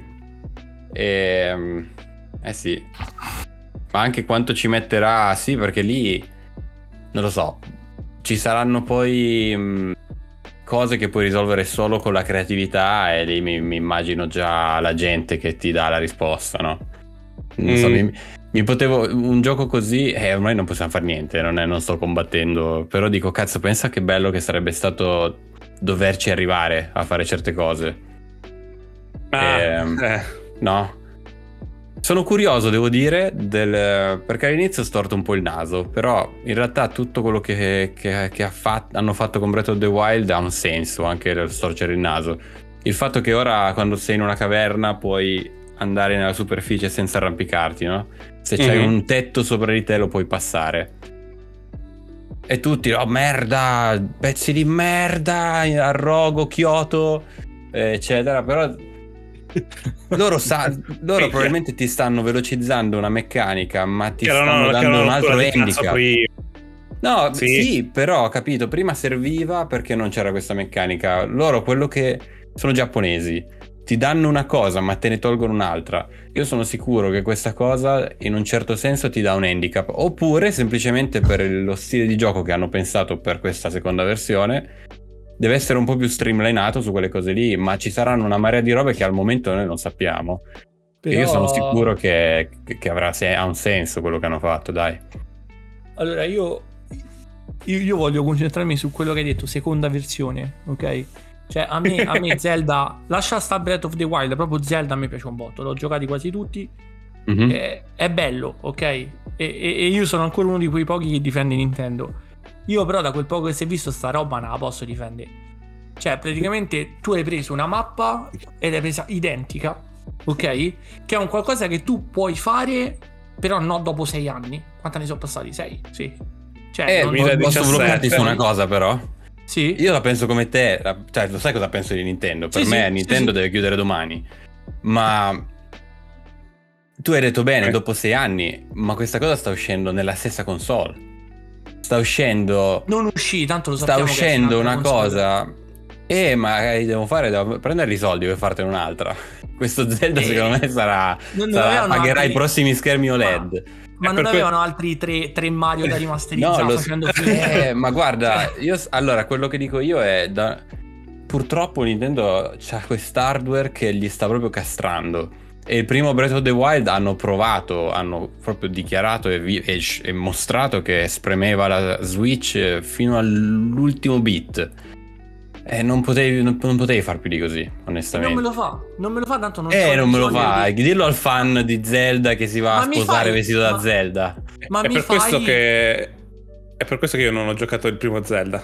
[SPEAKER 2] E, eh sì. Ma anche quanto ci metterà, sì, perché lì non lo so. Ci saranno poi mh, cose che puoi risolvere solo con la creatività, e lì mi, mi immagino già la gente che ti dà la risposta, no? Non so,
[SPEAKER 1] Mm.
[SPEAKER 2] mi, mi potevo un gioco così, e eh, ormai non possiamo fare niente, non, è, non sto combattendo, però dico cazzo, pensa che bello che sarebbe stato doverci arrivare a fare certe cose.
[SPEAKER 1] Ah,
[SPEAKER 2] Ehm,
[SPEAKER 1] eh.
[SPEAKER 2] No? Sono curioso, devo dire, del, perché all'inizio ho storto un po' il naso, però in realtà tutto quello che, che- che ha fatto, hanno fatto con Breath of the Wild ha un senso, anche il storcere il naso. Il fatto che ora quando sei in una caverna puoi andare nella superficie senza arrampicarti, no? Se c'hai
[SPEAKER 1] Mhm.
[SPEAKER 2] un tetto sopra di te lo puoi passare. E tutti, oh merda, pezzi di merda, arrogo, Kyoto, eh, eccetera, però... Loro, sa- loro probabilmente ti stanno velocizzando una meccanica, ma ti
[SPEAKER 1] Che erano-
[SPEAKER 2] stanno
[SPEAKER 1] che
[SPEAKER 2] dando
[SPEAKER 1] erano
[SPEAKER 2] un altro
[SPEAKER 1] rottura di cazzo
[SPEAKER 2] handicap.
[SPEAKER 1] prima.
[SPEAKER 2] No,
[SPEAKER 1] Sì.
[SPEAKER 2] sì. però ho capito, prima serviva perché non c'era questa meccanica. Loro, quello che sono giapponesi, ti danno una cosa ma te ne tolgono un'altra. Io sono sicuro che questa cosa in un certo senso ti dà un handicap, oppure semplicemente per lo stile di gioco che hanno pensato per questa seconda versione deve essere un po' più streamlinato su quelle cose lì, ma ci saranno una marea di robe che al momento noi non sappiamo. E io sono sicuro che, che avrà se- ha un senso quello che hanno fatto, dai.
[SPEAKER 3] Allora io, io io voglio concentrarmi su quello che hai detto, seconda versione, ok? Cioè a me, a me Zelda, lascia sta Breath of the Wild, proprio Zelda a me piace un botto, l'ho giocati quasi tutti,
[SPEAKER 2] Mhm.
[SPEAKER 3] è, è bello, ok? E, e- e io sono ancora uno di quei pochi che difende Nintendo. Io però da quel poco che si è visto sta roba non la posso difendere. Cioè praticamente tu hai preso una mappa ed l'hai presa identica, ok? Che è un qualcosa che tu puoi fare, però no dopo sei anni. Quanti anni sono passati? Sei? Sì. Cioè,
[SPEAKER 2] Eh,
[SPEAKER 3] non-
[SPEAKER 2] posso
[SPEAKER 1] duemiladiciassette.
[SPEAKER 2] bloccarti su una cosa però?
[SPEAKER 3] sì.
[SPEAKER 2] Io la penso come te, la- cioè lo sai cosa penso di Nintendo? Per
[SPEAKER 3] Sì,
[SPEAKER 2] me
[SPEAKER 3] sì,
[SPEAKER 2] Nintendo
[SPEAKER 3] sì, sì.
[SPEAKER 2] deve chiudere domani, ma tu hai detto bene, dopo sei anni, ma questa cosa sta uscendo nella stessa console. Sta uscendo...
[SPEAKER 3] Non uscì, tanto lo
[SPEAKER 2] sta
[SPEAKER 3] sappiamo.
[SPEAKER 2] Sta uscendo una
[SPEAKER 3] console.
[SPEAKER 2] cosa... Eh, ma devo fare, devo prendere i soldi per fartene un'altra. Questo Zelda, eh, secondo me sarà,
[SPEAKER 3] non
[SPEAKER 2] sarà pagherà
[SPEAKER 3] altri...
[SPEAKER 2] i prossimi schermi O L E D.
[SPEAKER 3] Ma, ma non avevano que... altri tre, tre Mario da rimasterizzare?
[SPEAKER 2] No, lo...
[SPEAKER 3] facendo
[SPEAKER 2] eh, ma guarda, io allora quello che dico io è da... purtroppo Nintendo c'ha quest'hardware che gli sta proprio castrando. E il primo Breath of the Wild hanno provato, hanno proprio dichiarato e, vi... e... e mostrato che spremeva la Switch fino all'ultimo bit. E non potevi, non, non potevi far più di così, onestamente.
[SPEAKER 3] Non me lo fa, non me lo fa, tanto non
[SPEAKER 2] Eh, non me lo fa. Di... Dillo al fan di Zelda che si va
[SPEAKER 3] ma
[SPEAKER 2] a sposare
[SPEAKER 3] fai...
[SPEAKER 2] vestito
[SPEAKER 3] ma...
[SPEAKER 2] da Zelda.
[SPEAKER 3] Ma
[SPEAKER 1] è
[SPEAKER 3] mi
[SPEAKER 1] per
[SPEAKER 3] fai...
[SPEAKER 1] questo che è per questo che io non ho giocato il primo Zelda.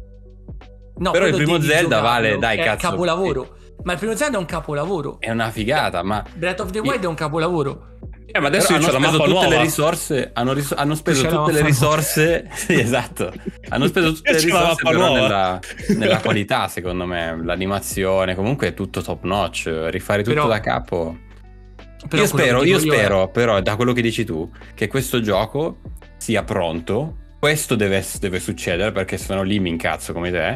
[SPEAKER 3] No,
[SPEAKER 2] però il primo Zelda
[SPEAKER 3] giocarlo,
[SPEAKER 2] vale, dai,
[SPEAKER 3] è
[SPEAKER 2] cazzo.
[SPEAKER 3] È capolavoro. Ma il primo Zelda è un capolavoro.
[SPEAKER 2] È una figata, ma
[SPEAKER 3] Breath of the Wild io... è un capolavoro.
[SPEAKER 1] Eh, ma adesso
[SPEAKER 2] hanno
[SPEAKER 1] c'è la mappa
[SPEAKER 2] tutte
[SPEAKER 1] nuova.
[SPEAKER 2] le risorse, hanno, ris- hanno speso tutte le risorse. Sì, esatto. Hanno speso tutte le risorse però nella, nella qualità, secondo me, l'animazione, comunque è tutto top notch, rifare tutto però, da capo. Però io spero, io spero, è... però da quello che dici tu, che questo gioco sia pronto. Questo deve, deve succedere, perché sennò lì mi incazzo come te.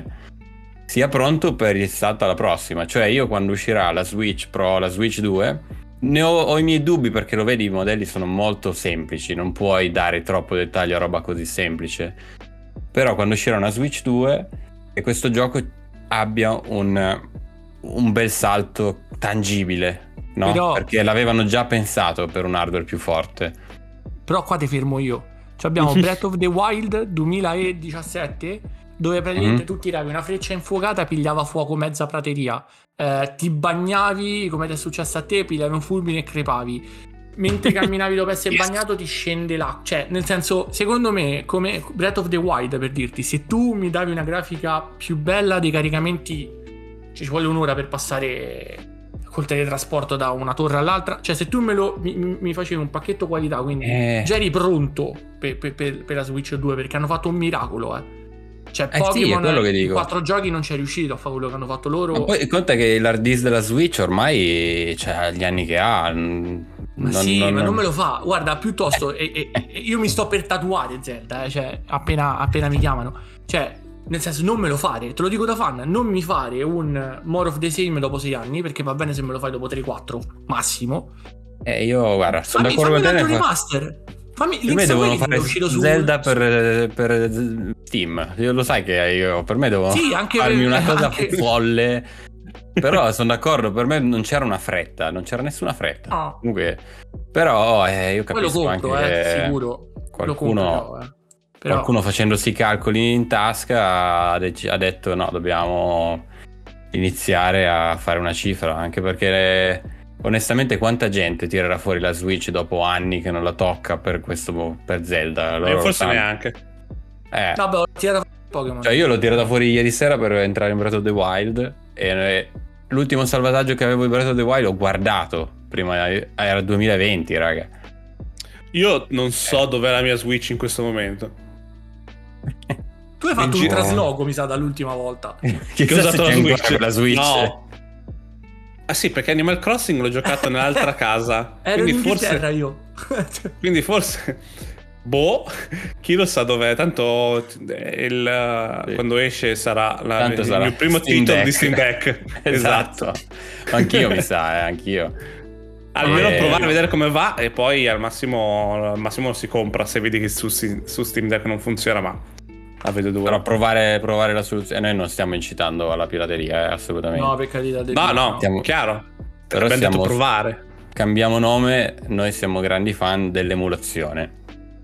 [SPEAKER 2] Sia pronto per il salto alla prossima. Cioè io quando uscirà la Switch Pro, la Switch due, ne ho, ho i miei dubbi, perché lo vedi, i modelli sono molto semplici, non puoi dare troppo dettaglio a roba così semplice. Però quando uscirà una Switch due e questo gioco abbia un, un bel salto tangibile, no? Però, perché l'avevano già pensato per un hardware più forte.
[SPEAKER 3] Però qua ti fermo io. Cioè abbiamo Breath of the Wild duemiladiciassette, dove praticamente mm-hmm. tu tiravi una freccia infuocata e pigliava fuoco mezza prateria. Eh, ti bagnavi, come ti è successo a te, pigliavi un fulmine e crepavi. Mentre camminavi dopo essere yes. bagnato ti scende là. Cioè, nel senso, secondo me, come Breath of the Wild, per dirti, se tu mi davi una grafica più bella, dei caricamenti, ci vuole un'ora per passare col teletrasporto da una torre all'altra. Cioè, se tu me lo mi, mi facevi un pacchetto qualità, quindi eh. già eri pronto per, per, per, per la Switch due, perché hanno fatto un miracolo, eh. Cioè,
[SPEAKER 2] eh
[SPEAKER 3] Pokémon
[SPEAKER 2] sì, che
[SPEAKER 3] in quattro giochi non c'è riuscito a fare quello che hanno fatto loro.
[SPEAKER 2] Ma poi conta che l'hard disk della Switch ormai c'ha gli anni che ha. Non,
[SPEAKER 3] ma sì, non, ma non me lo fa. Guarda, piuttosto eh. e, e, io mi sto per tatuare Zelda, eh, cioè appena, appena mi chiamano. Cioè, nel senso, non me lo fare, te lo dico da fan, non mi fare un More of the Same dopo sei anni, perché va bene se me lo fai dopo tre quattro massimo.
[SPEAKER 2] Eh, io guarda, sono
[SPEAKER 3] fammi,
[SPEAKER 2] d'accordo
[SPEAKER 3] con te.
[SPEAKER 2] Fammi
[SPEAKER 3] un remaster. Fammi,
[SPEAKER 2] per me devono fare Zelda su... per, per Steam. Io lo sai che io per me devo
[SPEAKER 3] sì, anche
[SPEAKER 2] farmi
[SPEAKER 3] per,
[SPEAKER 2] una cosa
[SPEAKER 3] anche...
[SPEAKER 2] folle. Però sono d'accordo, per me non c'era una fretta, non c'era nessuna fretta.
[SPEAKER 3] Oh.
[SPEAKER 2] Comunque, però eh, io capisco
[SPEAKER 3] compro,
[SPEAKER 2] anche
[SPEAKER 3] eh, sicuro.
[SPEAKER 2] Qualcuno,
[SPEAKER 3] compro, eh. Però...
[SPEAKER 2] qualcuno facendosi i calcoli in tasca ha, dec- ha detto no, dobbiamo iniziare a fare una cifra, anche perché onestamente quanta gente tirerà fuori la Switch dopo anni che non la tocca per questo, per Zelda?
[SPEAKER 1] E forse neanche.
[SPEAKER 2] Eh.
[SPEAKER 3] Vabbè, ho tirato Pokémon.
[SPEAKER 2] Cioè io l'ho tirato fuori ieri sera per entrare in Breath of the Wild e l'ultimo salvataggio che avevo in Breath of the Wild l'ho guardato prima, era duemilaventi, raga.
[SPEAKER 1] Io non so eh. dov'è la mia Switch in questo momento.
[SPEAKER 3] Tu hai fatto un trasloco, mi sa, dall'ultima volta.
[SPEAKER 2] Che, che ho usato la Switch? la Switch?
[SPEAKER 1] No. Ah sì, perché Animal Crossing l'ho giocato nell'altra casa.
[SPEAKER 3] Ero
[SPEAKER 1] quindi
[SPEAKER 3] in
[SPEAKER 1] forse
[SPEAKER 3] io.
[SPEAKER 1] Quindi forse boh, chi lo sa dov'è. Tanto il, sì. quando esce sarà, la,
[SPEAKER 2] Tanto
[SPEAKER 1] il
[SPEAKER 2] sarà
[SPEAKER 1] mio primo
[SPEAKER 2] Steam
[SPEAKER 1] titolo
[SPEAKER 2] Deck.
[SPEAKER 1] di Steam Deck.
[SPEAKER 2] Esatto. Anch'io mi sa, eh, anch'io.
[SPEAKER 1] Almeno
[SPEAKER 2] eh...
[SPEAKER 1] provare a vedere come va e poi al massimo, al massimo lo si compra se vedi che su, su Steam Deck non funziona, ma la vedo dura.
[SPEAKER 2] Però provare, provare la soluzione. Noi non stiamo incitando alla pirateria, eh, assolutamente.
[SPEAKER 3] No, per carità.
[SPEAKER 1] No, no, stiamo... chiaro.
[SPEAKER 2] Però
[SPEAKER 1] abbiamo
[SPEAKER 2] stiamo...
[SPEAKER 1] detto provare.
[SPEAKER 2] Cambiamo nome, noi siamo grandi fan dell'emulazione.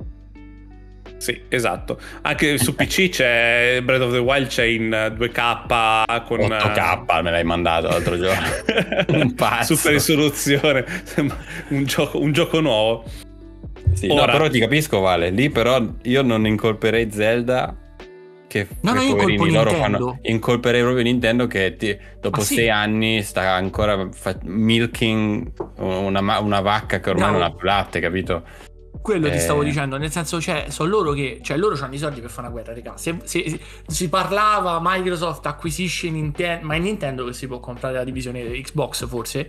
[SPEAKER 1] Sì, esatto. Anche su P C c'è Breath of the Wild, c'è in due K con
[SPEAKER 2] otto K, me l'hai mandato l'altro giorno. Un pazzo.
[SPEAKER 1] Super risoluzione. un gioco, un gioco nuovo.
[SPEAKER 2] Sì, no, però ti capisco, Vale. Lì però io non incolperei Zelda, che,
[SPEAKER 3] no,
[SPEAKER 2] che
[SPEAKER 3] no,
[SPEAKER 2] poverini loro
[SPEAKER 3] Nintendo.
[SPEAKER 2] fanno. Incolperei proprio Nintendo, che ti, dopo ah, sei sì? anni sta ancora fa- milking una, una vacca che ormai no. non ha più latte, capito?
[SPEAKER 3] Quello
[SPEAKER 2] eh...
[SPEAKER 3] ti stavo dicendo, nel senso, cioè, sono loro che, cioè, loro hanno i soldi per fare una guerra, raga. Se, se, se si parlava Microsoft acquisisce Nintendo, ma è Nintendo che si può comprare la divisione Xbox, forse.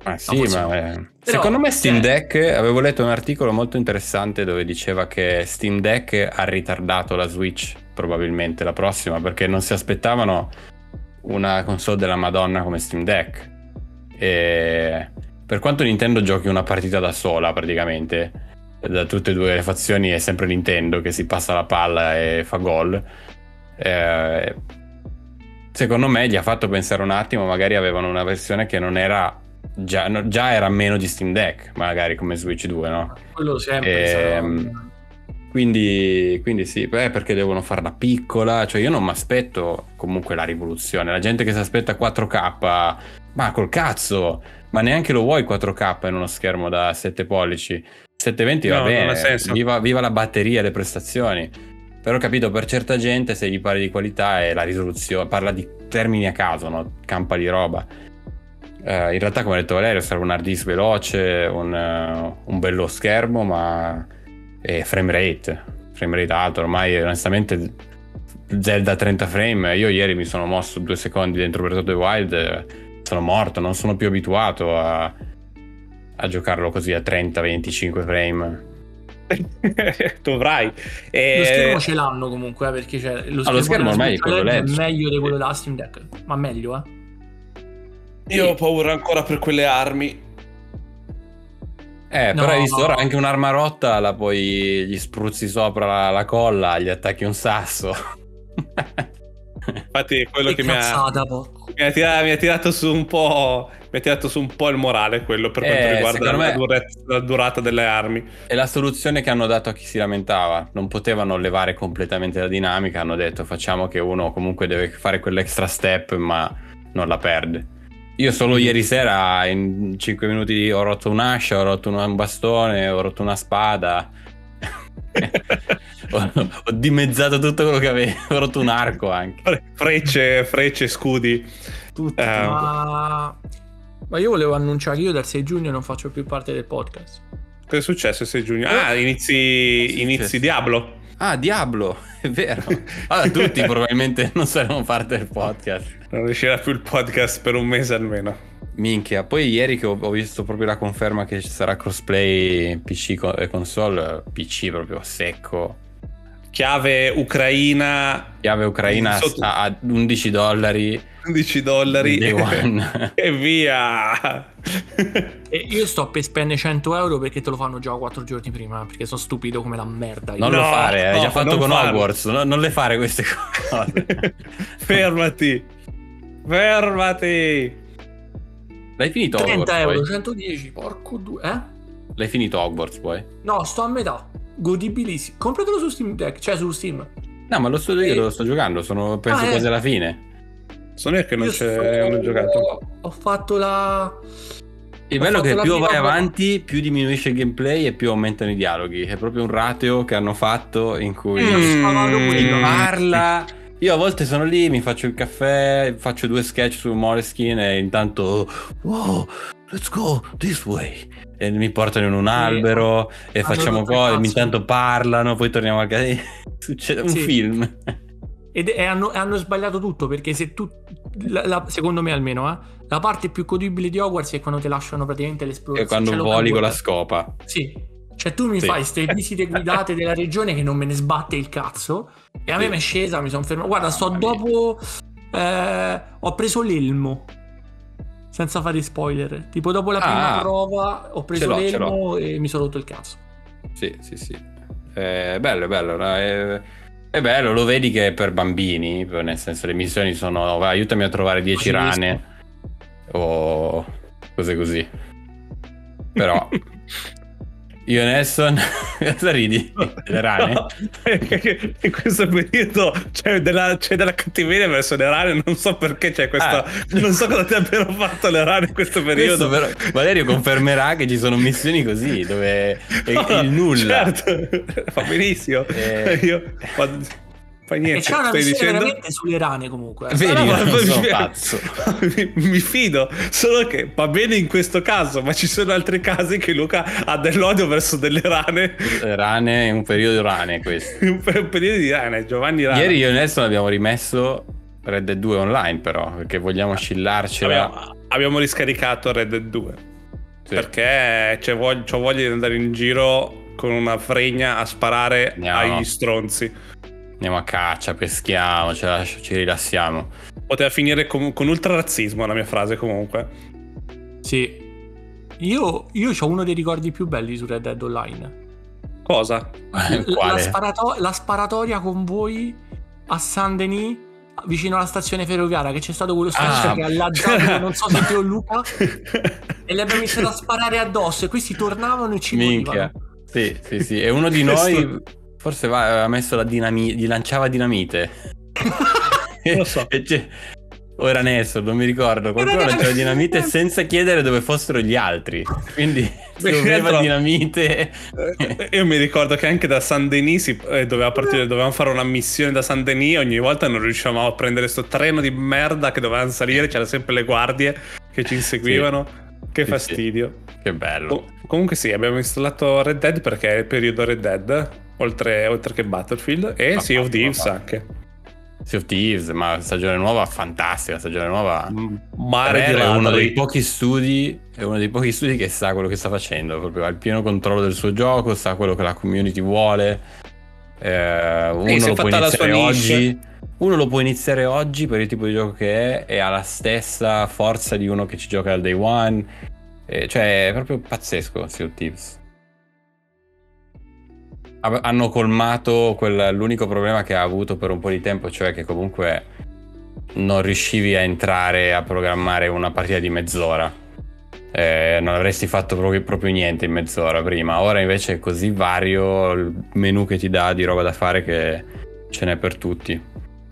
[SPEAKER 2] Ah sì,
[SPEAKER 3] No, forse
[SPEAKER 2] ma
[SPEAKER 3] no.
[SPEAKER 2] eh,
[SPEAKER 3] Però,
[SPEAKER 2] secondo me Steam
[SPEAKER 3] eh,
[SPEAKER 2] Deck, avevo letto un articolo molto interessante dove diceva che Steam Deck ha ritardato la Switch, probabilmente la prossima, perché non si aspettavano una console della Madonna come Steam Deck. E per quanto Nintendo giochi una partita da sola praticamente, da tutte e due le fazioni è sempre Nintendo che si passa la palla e fa gol, eh, secondo me gli ha fatto pensare un attimo, magari avevano una versione che non era già, no, già era meno di Steam Deck, magari come Switch due, no?
[SPEAKER 3] quello sempre
[SPEAKER 2] E,
[SPEAKER 3] sarà...
[SPEAKER 2] quindi, quindi sì, beh, perché devono farla piccola, cioè io non mi aspetto comunque la rivoluzione, la gente che si aspetta quattro K, ma col cazzo, ma neanche lo vuoi quattro K in uno schermo da sette pollici, settecentoventi va
[SPEAKER 1] No, non ha
[SPEAKER 2] bene,
[SPEAKER 1] senso.
[SPEAKER 2] viva, viva la batteria e le prestazioni, però capito, per certa gente se gli parli di qualità è la risoluzione, parla di termini a caso, no? Campa di roba. Uh, in realtà, come ha detto Valerio, serve un hard disk veloce, un, uh, un bello schermo, ma e frame rate, frame rate alto. Ormai, onestamente, Zelda trenta frame. Io ieri mi sono mosso due secondi dentro Breath of the Wild, sono morto, non sono più abituato a, a giocarlo così a trenta venticinque frame.
[SPEAKER 1] Dovrai. E...
[SPEAKER 3] Lo schermo ce l'hanno comunque, eh, perché c'è lo schermo,
[SPEAKER 2] ah, lo schermo ormai è quello
[SPEAKER 3] L E D
[SPEAKER 2] L E D.
[SPEAKER 3] è meglio di quello della Steam Deck, ma meglio, eh.
[SPEAKER 1] Io ho paura ancora per quelle armi.
[SPEAKER 2] Eh,
[SPEAKER 3] No,
[SPEAKER 2] però hai visto
[SPEAKER 3] no.
[SPEAKER 2] ora anche un'arma rotta, la poi gli spruzzi sopra la, la colla, gli attacchi un sasso.
[SPEAKER 1] Infatti è quello
[SPEAKER 3] Che
[SPEAKER 1] che mi ha,
[SPEAKER 3] cazzata, porco.
[SPEAKER 1] mi, ha tirato, mi ha tirato su un po'. Mi ha tirato su un po' il morale quello per quanto
[SPEAKER 2] Eh,
[SPEAKER 1] riguarda
[SPEAKER 2] secondo
[SPEAKER 1] la,
[SPEAKER 2] me-
[SPEAKER 1] dura- la durata delle armi.
[SPEAKER 2] È la soluzione che hanno dato a chi si lamentava. Non potevano levare completamente la dinamica, hanno detto facciamo che uno comunque deve fare quell'extra step ma non la perde. Io solo ieri sera in cinque minuti ho rotto un'ascia, ho rotto un bastone, ho rotto una spada. ho, ho dimezzato tutto quello che avevo, ho rotto un arco anche.
[SPEAKER 1] Frecce, frecce, scudi.
[SPEAKER 2] Tutto.
[SPEAKER 1] Eh,
[SPEAKER 3] Ma... ma io volevo annunciare che io dal sei giugno non faccio più parte del podcast.
[SPEAKER 1] Cosa è successo il sei giugno? Ah, inizi, inizi Diablo.
[SPEAKER 2] Ah, Diablo, è vero. Allora, tutti probabilmente non saremo parte del podcast.
[SPEAKER 1] Non riuscirà più il podcast per un mese almeno.
[SPEAKER 2] Minchia, poi ieri che ho, ho visto proprio la conferma che ci sarà crossplay P C co- e console, P C proprio secco.
[SPEAKER 1] Chiave ucraina.
[SPEAKER 2] Chiave ucraina
[SPEAKER 1] Sotto-
[SPEAKER 2] a a undici dollari.
[SPEAKER 1] undici dollari.
[SPEAKER 2] Day one.
[SPEAKER 1] E via.
[SPEAKER 3] E io sto per spendere cento euro perché te lo fanno già quattro giorni prima, perché sono stupido come la merda. Io.
[SPEAKER 2] Non
[SPEAKER 1] No,
[SPEAKER 2] lo fare, hai
[SPEAKER 1] no,
[SPEAKER 2] già fatto
[SPEAKER 1] non
[SPEAKER 2] con
[SPEAKER 1] farlo.
[SPEAKER 2] Hogwarts, no- non le fare queste cose.
[SPEAKER 1] Fermati. Fermati.
[SPEAKER 2] L'hai finito Hogwarts
[SPEAKER 3] trenta euro,
[SPEAKER 2] poi?
[SPEAKER 3] centodieci, porco due, eh?
[SPEAKER 2] L'hai finito Hogwarts poi?
[SPEAKER 3] No, sto a metà. Godibilissimo. Compratelo su Steam Deck, cioè su Steam.
[SPEAKER 2] No, ma lo sto io,
[SPEAKER 3] Eh.
[SPEAKER 2] lo sto giocando, sono penso
[SPEAKER 3] Ah, eh.
[SPEAKER 2] quasi alla fine.
[SPEAKER 1] Sono io che non
[SPEAKER 3] Io
[SPEAKER 1] c'è,
[SPEAKER 3] sto-
[SPEAKER 1] non ho giocato.
[SPEAKER 3] Ho fatto la...
[SPEAKER 2] Il
[SPEAKER 3] Ho
[SPEAKER 2] bello è
[SPEAKER 3] fatto
[SPEAKER 2] che
[SPEAKER 3] la
[SPEAKER 2] più
[SPEAKER 3] prima
[SPEAKER 2] vai
[SPEAKER 3] prova.
[SPEAKER 2] avanti, più diminuisce il gameplay e più aumentano i dialoghi. È proprio un ratio che hanno fatto in cui
[SPEAKER 3] Mm. spavato
[SPEAKER 2] si
[SPEAKER 3] quello.
[SPEAKER 2] parla. Io a volte sono lì, mi faccio il caffè, faccio due sketch su Moleskine e intanto wow, let's go this way. E mi portano in un albero e
[SPEAKER 3] hanno
[SPEAKER 2] facciamo
[SPEAKER 3] rotto il
[SPEAKER 2] cose,
[SPEAKER 3] cazzo.
[SPEAKER 2] intanto parlano, poi torniamo a casa. Succede un
[SPEAKER 3] Sì.
[SPEAKER 2] film.
[SPEAKER 3] Ed e hanno, e hanno sbagliato tutto, perché se tu... la- la- secondo me almeno, eh, la parte più godibile di Hogwarts è quando ti lasciano praticamente
[SPEAKER 2] E
[SPEAKER 3] l'esplorazione.
[SPEAKER 2] quando
[SPEAKER 3] cioè,
[SPEAKER 2] voli con la
[SPEAKER 3] l'open
[SPEAKER 2] scopa.
[SPEAKER 3] Sì. Cioè tu mi
[SPEAKER 2] Sì.
[SPEAKER 3] fai queste visite guidate della regione che non me ne sbatte il cazzo. E a
[SPEAKER 2] Sì.
[SPEAKER 3] me mi è scesa, mi sono fermato. Guarda, sto
[SPEAKER 2] Mamma mia.
[SPEAKER 3] dopo... eh, ho preso l'elmo. Senza fare spoiler. Tipo dopo la prima
[SPEAKER 2] Ah,
[SPEAKER 3] prova ho preso
[SPEAKER 2] ce l'ho, ce
[SPEAKER 3] l'elmo e mi sono rotto il cazzo.
[SPEAKER 2] Sì, sì, sì. È bello, è bello. no? È, è bello, lo vedi che è per bambini, nel senso le missioni sono vai, aiutami a trovare dieci
[SPEAKER 3] Così
[SPEAKER 2] rane o cose così. Però io e Nelson, cosa ridi? Le rane?
[SPEAKER 1] No, perché in questo periodo c'è della, c'è della cattiveria verso le rane, non so perché c'è questa.
[SPEAKER 2] Ah.
[SPEAKER 1] Non so cosa ti abbiano fatto le rane in questo periodo.
[SPEAKER 2] Questo però, Valerio confermerà che ci sono missioni così, dove è il nulla.
[SPEAKER 1] Certo, fa benissimo.
[SPEAKER 2] Eh.
[SPEAKER 1] Io fa, fa niente.
[SPEAKER 3] E c'è una
[SPEAKER 1] stai
[SPEAKER 3] missione
[SPEAKER 1] dicendo?
[SPEAKER 3] veramente sulle rane comunque. eh.
[SPEAKER 2] Vedi,
[SPEAKER 1] No, no,
[SPEAKER 2] non
[SPEAKER 1] ma-
[SPEAKER 2] sono
[SPEAKER 1] mi-
[SPEAKER 2] pazzo.
[SPEAKER 1] mi, mi fido, solo che va bene in questo caso, ma ci sono altri casi che Luca ha dell'odio verso delle rane.
[SPEAKER 2] Rane, è un periodo rane questo.
[SPEAKER 1] Un pe- un periodo di rane, Giovanni Rana.
[SPEAKER 2] Ieri io e Nelson abbiamo rimesso Red Dead due online però, perché vogliamo oscillarcela.
[SPEAKER 1] abbiamo, abbiamo riscaricato Red Dead due. Sì. Perché c'è voglia, c'ho voglia di andare in giro con una fregna a sparare Andiamo. agli stronzi.
[SPEAKER 2] Andiamo a caccia, peschiamo, ci, ci rilassiamo.
[SPEAKER 1] Poteva finire con, con ultrarazzismo la mia frase comunque.
[SPEAKER 3] Sì. Io, io ho uno dei ricordi più belli su Red Dead Online.
[SPEAKER 1] Cosa?
[SPEAKER 3] La, sparato- la sparatoria con voi a Saint-Denis, vicino alla stazione ferroviaria, che c'è stato quello stronzo ah. che ha lanciato, non so se te o Luca, e le abbiamo iniziato a sparare addosso e questi tornavano e ci
[SPEAKER 2] Minchia. morivano. Sì, sì, sì. E uno di noi forse va, aveva messo la dinamite, gli lanciava dinamite.
[SPEAKER 1] Lo so.
[SPEAKER 2] e c'è... O era Nestor, non mi ricordo. Qualcuno lanciava dinamite senza chiedere dove fossero gli altri. Quindi doveva dinamite.
[SPEAKER 1] Io mi ricordo che anche da Saint-Denis si, eh, doveva partire, dovevamo fare una missione da Saint-Denis. Ogni volta non riuscivamo a prendere sto treno di merda che dovevamo salire. C'erano sempre le guardie che ci inseguivano. Sì. Che
[SPEAKER 2] sì,
[SPEAKER 1] fastidio.
[SPEAKER 2] Sì. Che bello.
[SPEAKER 1] Com- comunque sì, abbiamo installato Red Dead perché è il periodo Red Dead, oltre, oltre che Battlefield, e Sea of Thieves anche.
[SPEAKER 2] Sea of Thieves, ma stagione nuova fantastica, stagione nuova.
[SPEAKER 1] Mare
[SPEAKER 2] è uno dei pochi studi, è uno dei pochi studi che sa quello che sta facendo, proprio ha il pieno controllo del suo gioco, sa quello che la community vuole. Eh, uno lo può iniziare oggi, uno lo può iniziare oggi per il tipo di gioco che è e ha la stessa forza di uno che ci gioca dal day one. Eh, cioè è proprio pazzesco Sea of Thieves. Hanno colmato quel, l'unico problema che ha avuto per un po' di tempo, cioè che comunque non riuscivi a entrare a programmare una partita di mezz'ora. Eh, non avresti fatto proprio, proprio niente in mezz'ora prima. Ora invece è così vario il menu che ti dà di roba da fare che ce n'è per tutti.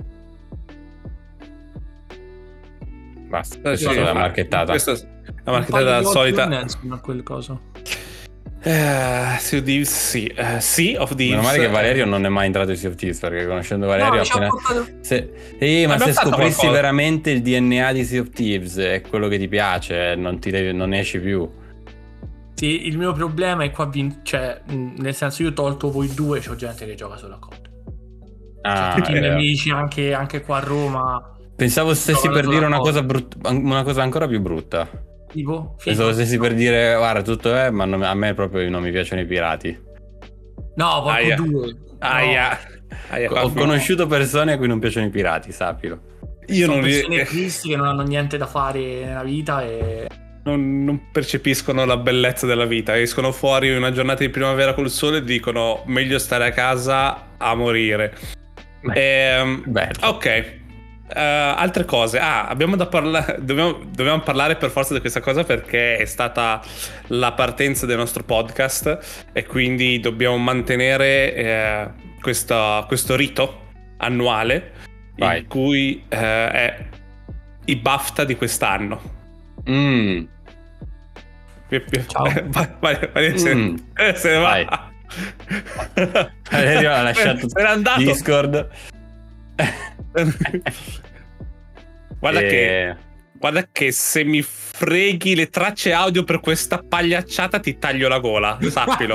[SPEAKER 2] Basta, questa sì, è la marchettata.
[SPEAKER 1] Questa è la marchettata solita.
[SPEAKER 3] Quel coso.
[SPEAKER 1] Uh, Sea of Thieves, sì. Uh, sea of Thieves.
[SPEAKER 2] Meno male che Valerio non è mai entrato in Sea of Thieves, perché conoscendo Valerio no, appena...
[SPEAKER 3] portato...
[SPEAKER 2] se... eh, ma se scoprissi qualcosa. veramente il D N A di Sea of Thieves è quello che ti piace, non, ti devi... non esci più.
[SPEAKER 3] Sì, il mio problema è qua vin... cioè, nel senso io ho tolto voi due, c'ho gente che gioca solo a COD.
[SPEAKER 2] Ah,
[SPEAKER 3] cioè, tutti i miei amici anche, anche qua a Roma.
[SPEAKER 2] Pensavo stessi per dire una cosa, brut... una cosa ancora più brutta.
[SPEAKER 3] Tipo,
[SPEAKER 2] pensavo stessi per dire guarda tutto è, ma non, a me proprio non mi piacciono i pirati.
[SPEAKER 3] No, porco due.
[SPEAKER 1] Aia. Aia.
[SPEAKER 2] Ho conosciuto persone a cui non piacciono i pirati, sappilo.
[SPEAKER 3] Io Sono non persone tristi che non hanno niente da fare nella vita e
[SPEAKER 1] non, non percepiscono la bellezza della vita. Escono fuori una giornata di primavera col sole e dicono meglio stare a casa a morire. Beh, e, ok. Uh, altre cose, ah, abbiamo da parlare. Dobbiamo, dobbiamo parlare per forza di questa cosa perché è stata la partenza del nostro podcast e quindi dobbiamo mantenere eh, questa, questo rito annuale Vai. in cui eh, è i BAFTA di quest'anno.
[SPEAKER 2] Mm.
[SPEAKER 3] Ciao.
[SPEAKER 1] vai, vai, vai, se, mm. se ne va.
[SPEAKER 2] Valerio ha lasciato Discord.
[SPEAKER 1] Guarda e... che guarda che se mi freghi le tracce audio per questa pagliacciata ti taglio la gola, sappilo.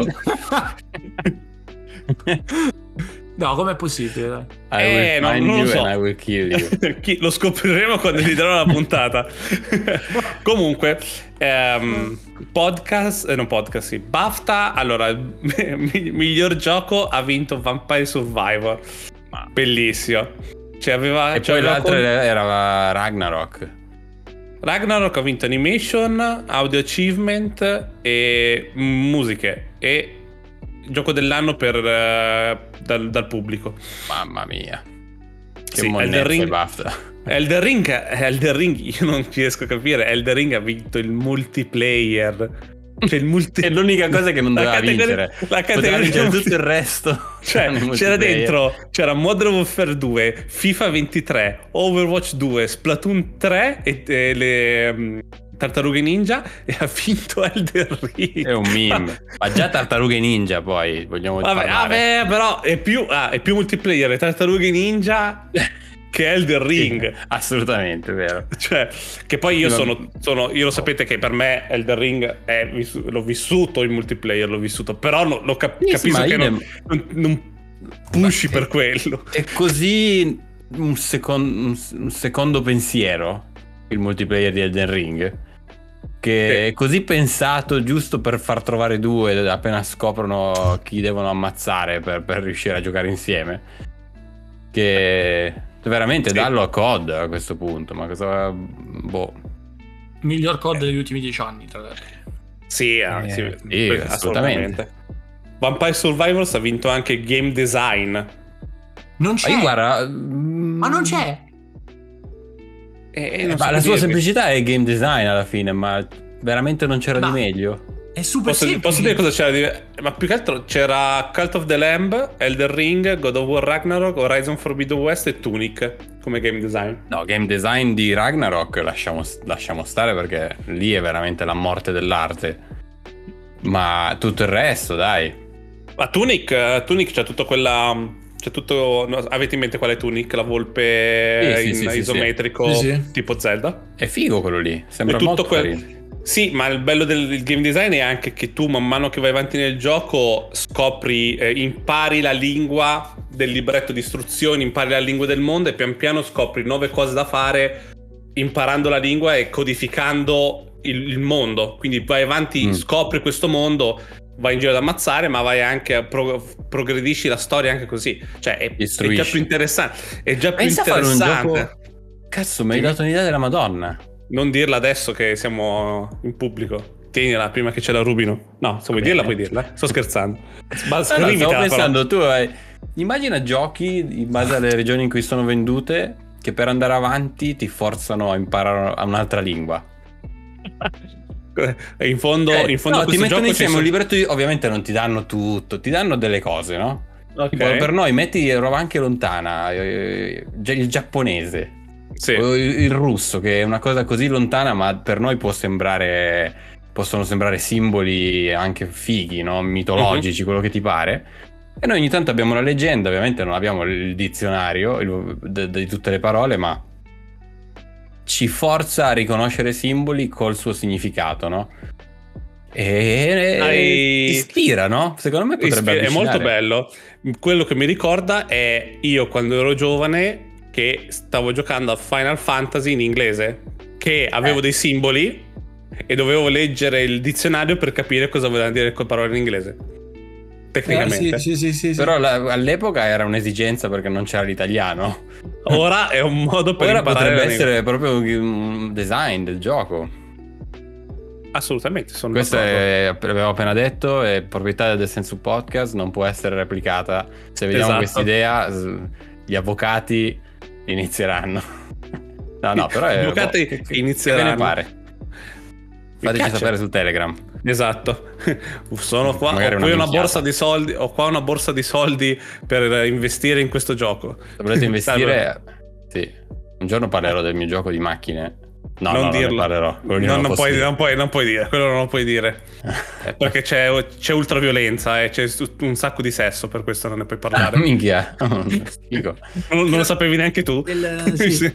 [SPEAKER 3] No, com'è possibile?
[SPEAKER 2] I eh, will find non, non you so. and I will kill you.
[SPEAKER 1] Lo scopriremo quando gli darò la puntata. Comunque ehm, podcast, eh, non podcast, sì. BAFTA, allora miglior gioco ha vinto Vampire Survivor. Bellissimo. Cioè aveva,
[SPEAKER 2] e
[SPEAKER 1] cioè
[SPEAKER 2] poi l'altro
[SPEAKER 1] con...
[SPEAKER 2] era Ragnarok.
[SPEAKER 1] Ragnarok ha vinto Animation, Audio Achievement e musiche e gioco dell'anno per, uh, dal, dal pubblico.
[SPEAKER 2] Mamma mia. Che
[SPEAKER 1] sì,
[SPEAKER 2] Elden Ring,
[SPEAKER 1] basta. Elden Ring, Elden Ring, io non riesco a capire. Elden Ring ha vinto il multiplayer. Cioè il multi...
[SPEAKER 2] È l'unica cosa che non doveva categoria, vincere.
[SPEAKER 1] La categoria
[SPEAKER 2] vincere tutto il resto.
[SPEAKER 1] Cioè c'era dentro, c'era Modern Warfare due, FIFA ventitré, Overwatch due, Splatoon tre e, e le um, Tartarughe Ninja e ha vinto Elden Ring.
[SPEAKER 2] È un meme. Ma già Tartarughe Ninja poi vogliamo
[SPEAKER 1] vabbè,
[SPEAKER 2] parlare.
[SPEAKER 1] Vabbè, però è più, ah, è più multiplayer le Tartarughe Ninja che Elden Ring.
[SPEAKER 2] Sì, assolutamente, vero.
[SPEAKER 1] Cioè, che poi io sono, sono io lo sapete che per me Elden Ring è, l'ho vissuto in multiplayer, l'ho vissuto, però no, lo cap- sì, capisco che non, non, non pushi per quello.
[SPEAKER 2] È così un, secon- un secondo pensiero il multiplayer di Elden Ring che
[SPEAKER 1] Sì.
[SPEAKER 2] è così pensato giusto per far trovare due appena scoprono chi devono ammazzare per, per riuscire a giocare insieme, che veramente
[SPEAKER 1] Sì.
[SPEAKER 2] dallo a C O D a questo punto. Ma cosa, boh.
[SPEAKER 3] Miglior C O D degli ultimi dieci anni, tra l'altro.
[SPEAKER 1] Sì, eh,
[SPEAKER 2] Eh,
[SPEAKER 1] sì,
[SPEAKER 2] sì,
[SPEAKER 1] assolutamente.
[SPEAKER 2] assolutamente.
[SPEAKER 1] Vampire Survivors ha vinto anche Game Design.
[SPEAKER 3] Non c'è.
[SPEAKER 2] Ma io guarda,
[SPEAKER 3] Ma non c'è.
[SPEAKER 1] E, e
[SPEAKER 2] Eh,
[SPEAKER 1] non so
[SPEAKER 2] ma la
[SPEAKER 1] che
[SPEAKER 2] sua
[SPEAKER 1] dirvi.
[SPEAKER 2] semplicità è game design alla fine, ma veramente non c'era
[SPEAKER 3] Ma-
[SPEAKER 2] di meglio.
[SPEAKER 3] È super
[SPEAKER 1] Posso,
[SPEAKER 3] semplice.
[SPEAKER 1] posso dire cosa c'era di... Ma più che altro c'era Cult of the Lamb, Elden Ring, God of War Ragnarok, Horizon Forbidden West e Tunic come game design.
[SPEAKER 2] No, game design di Ragnarok lasciamo, lasciamo stare, perché lì è veramente la morte dell'arte. Ma tutto il resto, dai.
[SPEAKER 1] Ma Tunic, eh, Tunic c'è tutto quella... C'è tutto... no, avete in mente qual è Tunic? La volpe
[SPEAKER 2] Sì, sì,
[SPEAKER 1] in
[SPEAKER 2] sì, sì,
[SPEAKER 1] isometrico
[SPEAKER 3] sì. Sì, sì.
[SPEAKER 1] tipo Zelda?
[SPEAKER 2] È figo quello lì, sembra
[SPEAKER 1] È tutto
[SPEAKER 2] molto
[SPEAKER 1] quel-
[SPEAKER 2] carino.
[SPEAKER 1] Sì, ma il bello del, del game design è anche che tu man mano che vai avanti nel gioco scopri, eh, impari la lingua del libretto di istruzioni, impari la lingua del mondo e pian piano scopri nuove cose da fare imparando la lingua e codificando il, il mondo. Quindi vai avanti,
[SPEAKER 2] Mm.
[SPEAKER 1] scopri questo mondo, vai in giro ad ammazzare, ma vai anche a pro- progredisci la storia anche così. Cioè è, è già
[SPEAKER 2] Istruisci.
[SPEAKER 1] più interessante. È già più
[SPEAKER 2] Pensa a fare un
[SPEAKER 1] interessante.
[SPEAKER 2] gioco. Cazzo, mi hai
[SPEAKER 1] Dimmi.
[SPEAKER 2] dato un'idea della Madonna.
[SPEAKER 1] Non dirla adesso che siamo in pubblico. Tienila prima che ce la rubino. No, se vuoi
[SPEAKER 2] bene.
[SPEAKER 1] dirla puoi dirla. Sto scherzando. Ma
[SPEAKER 2] No, no,
[SPEAKER 1] scrivitela,
[SPEAKER 2] stavo
[SPEAKER 1] però.
[SPEAKER 2] pensando, tu hai... immagina giochi in base alle regioni in cui sono vendute che per andare avanti ti forzano a imparare un'altra lingua.
[SPEAKER 1] In fondo,
[SPEAKER 2] Eh,
[SPEAKER 1] in fondo
[SPEAKER 2] no,
[SPEAKER 1] a
[SPEAKER 2] ti
[SPEAKER 1] questo
[SPEAKER 2] mettono
[SPEAKER 1] gioco ci
[SPEAKER 2] insieme
[SPEAKER 1] sono...
[SPEAKER 2] un libretto di... Ovviamente non ti danno tutto, ti danno delle cose, no?
[SPEAKER 1] Ok.
[SPEAKER 2] Tipo, per noi metti roba anche lontana, eh, il giapponese,
[SPEAKER 1] Sì.
[SPEAKER 2] o il, il russo, che è una cosa così lontana, ma per noi può sembrare, possono sembrare simboli anche fighi, no? Mitologici, quello che ti pare. E noi ogni tanto abbiamo la leggenda, ovviamente non abbiamo il dizionario il- de- di tutte le parole, ma ci forza a riconoscere simboli col suo significato, no? E
[SPEAKER 1] Hai-
[SPEAKER 2] ispira, no? Secondo me potrebbe
[SPEAKER 1] È molto
[SPEAKER 2] avvicinare.
[SPEAKER 1] bello. Quello che mi ricorda è io quando ero giovane che stavo giocando a Final Fantasy in inglese, che avevo
[SPEAKER 2] Eh.
[SPEAKER 1] dei simboli e dovevo leggere il dizionario per capire cosa volevano dire quelle parole in inglese. Tecnicamente.
[SPEAKER 3] Eh, sì, sì, sì, sì, sì.
[SPEAKER 2] Però la- all'epoca era un'esigenza perché non c'era l'italiano.
[SPEAKER 1] Ora è un modo per
[SPEAKER 2] Ora
[SPEAKER 1] imparare
[SPEAKER 2] potrebbe
[SPEAKER 1] la lingua.
[SPEAKER 2] essere proprio un design del gioco.
[SPEAKER 1] Assolutamente, sono
[SPEAKER 2] Questo
[SPEAKER 1] d'accordo.
[SPEAKER 2] è, avevo appena detto, è proprietà del Sensu Podcast, non può essere replicata. Se vediamo
[SPEAKER 1] Esatto.
[SPEAKER 2] questa idea, s- gli avvocati inizieranno. No, no, però è...
[SPEAKER 1] Gli avvocati
[SPEAKER 2] boh, che- che-
[SPEAKER 1] inizieranno.
[SPEAKER 2] Che ve ne pare? Fateci
[SPEAKER 1] piace.
[SPEAKER 2] sapere su Telegram.
[SPEAKER 1] Esatto. Sono qua,
[SPEAKER 2] Magari
[SPEAKER 1] ho
[SPEAKER 2] una
[SPEAKER 1] qui una
[SPEAKER 2] minchiata.
[SPEAKER 1] borsa di soldi, ho qua una borsa di soldi per investire in questo gioco.
[SPEAKER 2] Se volete investire, sì. Un giorno parlerò del mio gioco di macchine. No,
[SPEAKER 1] non
[SPEAKER 2] no,
[SPEAKER 1] dirlo.
[SPEAKER 2] non ne parlerò. Quello lì
[SPEAKER 1] No,
[SPEAKER 2] non lo
[SPEAKER 1] non,
[SPEAKER 2] posso
[SPEAKER 1] puoi,
[SPEAKER 2] dire.
[SPEAKER 1] non, puoi, non puoi dire, quello non lo puoi dire. Eh, Perché c'è, c'è ultraviolenza e c'è un sacco di sesso, per questo non ne puoi
[SPEAKER 2] Ah,
[SPEAKER 1] parlare.
[SPEAKER 2] minchia. Figo.
[SPEAKER 1] non, non lo sapevi neanche tu.
[SPEAKER 3] Del- sì.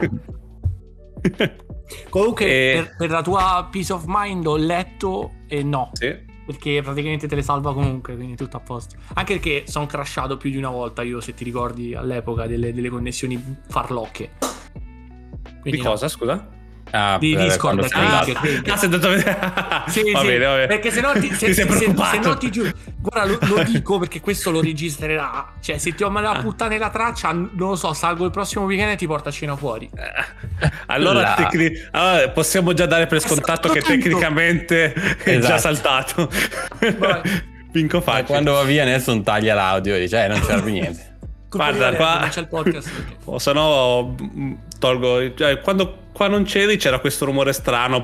[SPEAKER 3] Comunque,
[SPEAKER 1] E-
[SPEAKER 3] per, per la tua peace of mind ho letto e no.
[SPEAKER 1] Sì.
[SPEAKER 3] Perché praticamente te le salva comunque, quindi tutto a posto. Anche perché sono crashato più di una volta io, se ti ricordi all'epoca, delle, delle connessioni farlocche.
[SPEAKER 1] Di
[SPEAKER 3] Quindi no.
[SPEAKER 1] cosa, scusa?
[SPEAKER 2] Ah,
[SPEAKER 3] Di
[SPEAKER 2] per-
[SPEAKER 3] Discord,
[SPEAKER 2] quando
[SPEAKER 3] che-
[SPEAKER 2] sei andato.
[SPEAKER 3] che-
[SPEAKER 1] Ah, sei andato a vedere.
[SPEAKER 3] Sì,
[SPEAKER 1] va
[SPEAKER 3] sì,
[SPEAKER 1] bene, va bene.
[SPEAKER 3] perché se no ti, se,
[SPEAKER 1] Ti sei
[SPEAKER 3] se- se-
[SPEAKER 1] preoccupato.
[SPEAKER 3] se no ti giuro, guarda, lo, lo dico perché questo lo registrerà. Cioè, se ti ho mandato a puttane la traccia, non lo so, salgo il prossimo weekend e ti porto a cena fuori.
[SPEAKER 1] Allora,
[SPEAKER 2] La-
[SPEAKER 1] tecni- allora, possiamo già dare per scontato che
[SPEAKER 3] tutto.
[SPEAKER 1] tecnicamente è già
[SPEAKER 2] Esatto.
[SPEAKER 1] saltato.
[SPEAKER 3] Vai.
[SPEAKER 1] Vinco
[SPEAKER 2] Ma
[SPEAKER 1] facile.
[SPEAKER 2] quando va via Nelson taglia l'audio e dice, eh, non c'era più niente.
[SPEAKER 3] Colpa
[SPEAKER 1] Guarda,
[SPEAKER 3] di
[SPEAKER 1] qua-
[SPEAKER 3] Valerio, non c'è il podcast. perché-
[SPEAKER 1] O se no mm, tolgo, cioè, quando qua non c'eri c'era questo rumore strano.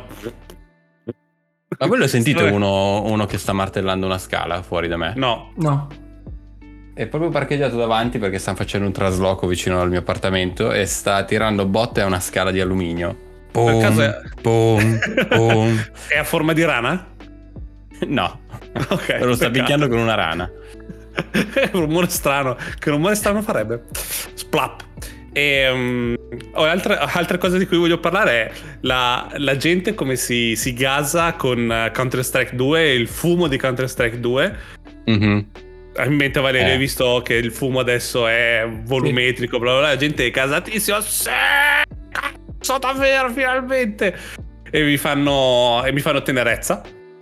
[SPEAKER 2] Ma quello sentite
[SPEAKER 1] Vabbè.
[SPEAKER 2] uno, uno che sta martellando una scala fuori da me?
[SPEAKER 1] No.
[SPEAKER 3] No.
[SPEAKER 2] È proprio parcheggiato davanti perché stanno facendo un trasloco vicino al mio appartamento e sta tirando botte a una scala di alluminio. Pum,
[SPEAKER 1] caso è-
[SPEAKER 2] pum, pum.
[SPEAKER 1] È a forma di rana?
[SPEAKER 2] No,
[SPEAKER 1] Ok.
[SPEAKER 2] lo sta
[SPEAKER 1] peccato.
[SPEAKER 2] picchiando con una rana.
[SPEAKER 1] È un rumore strano. Che rumore strano farebbe? Splap. E um, oh, altre, altre cose di cui voglio parlare è la, la gente come si, si gasa con uh, Counter-Strike due e il fumo di Counter-Strike due.
[SPEAKER 2] Mhm.
[SPEAKER 1] In mente Valerio,
[SPEAKER 2] Eh.
[SPEAKER 1] hai visto che il fumo adesso è volumetrico, bla bla bla, la gente è gasatissima. Sì, cazzo davvero, finalmente. e mi fanno, e mi fanno tenerezza.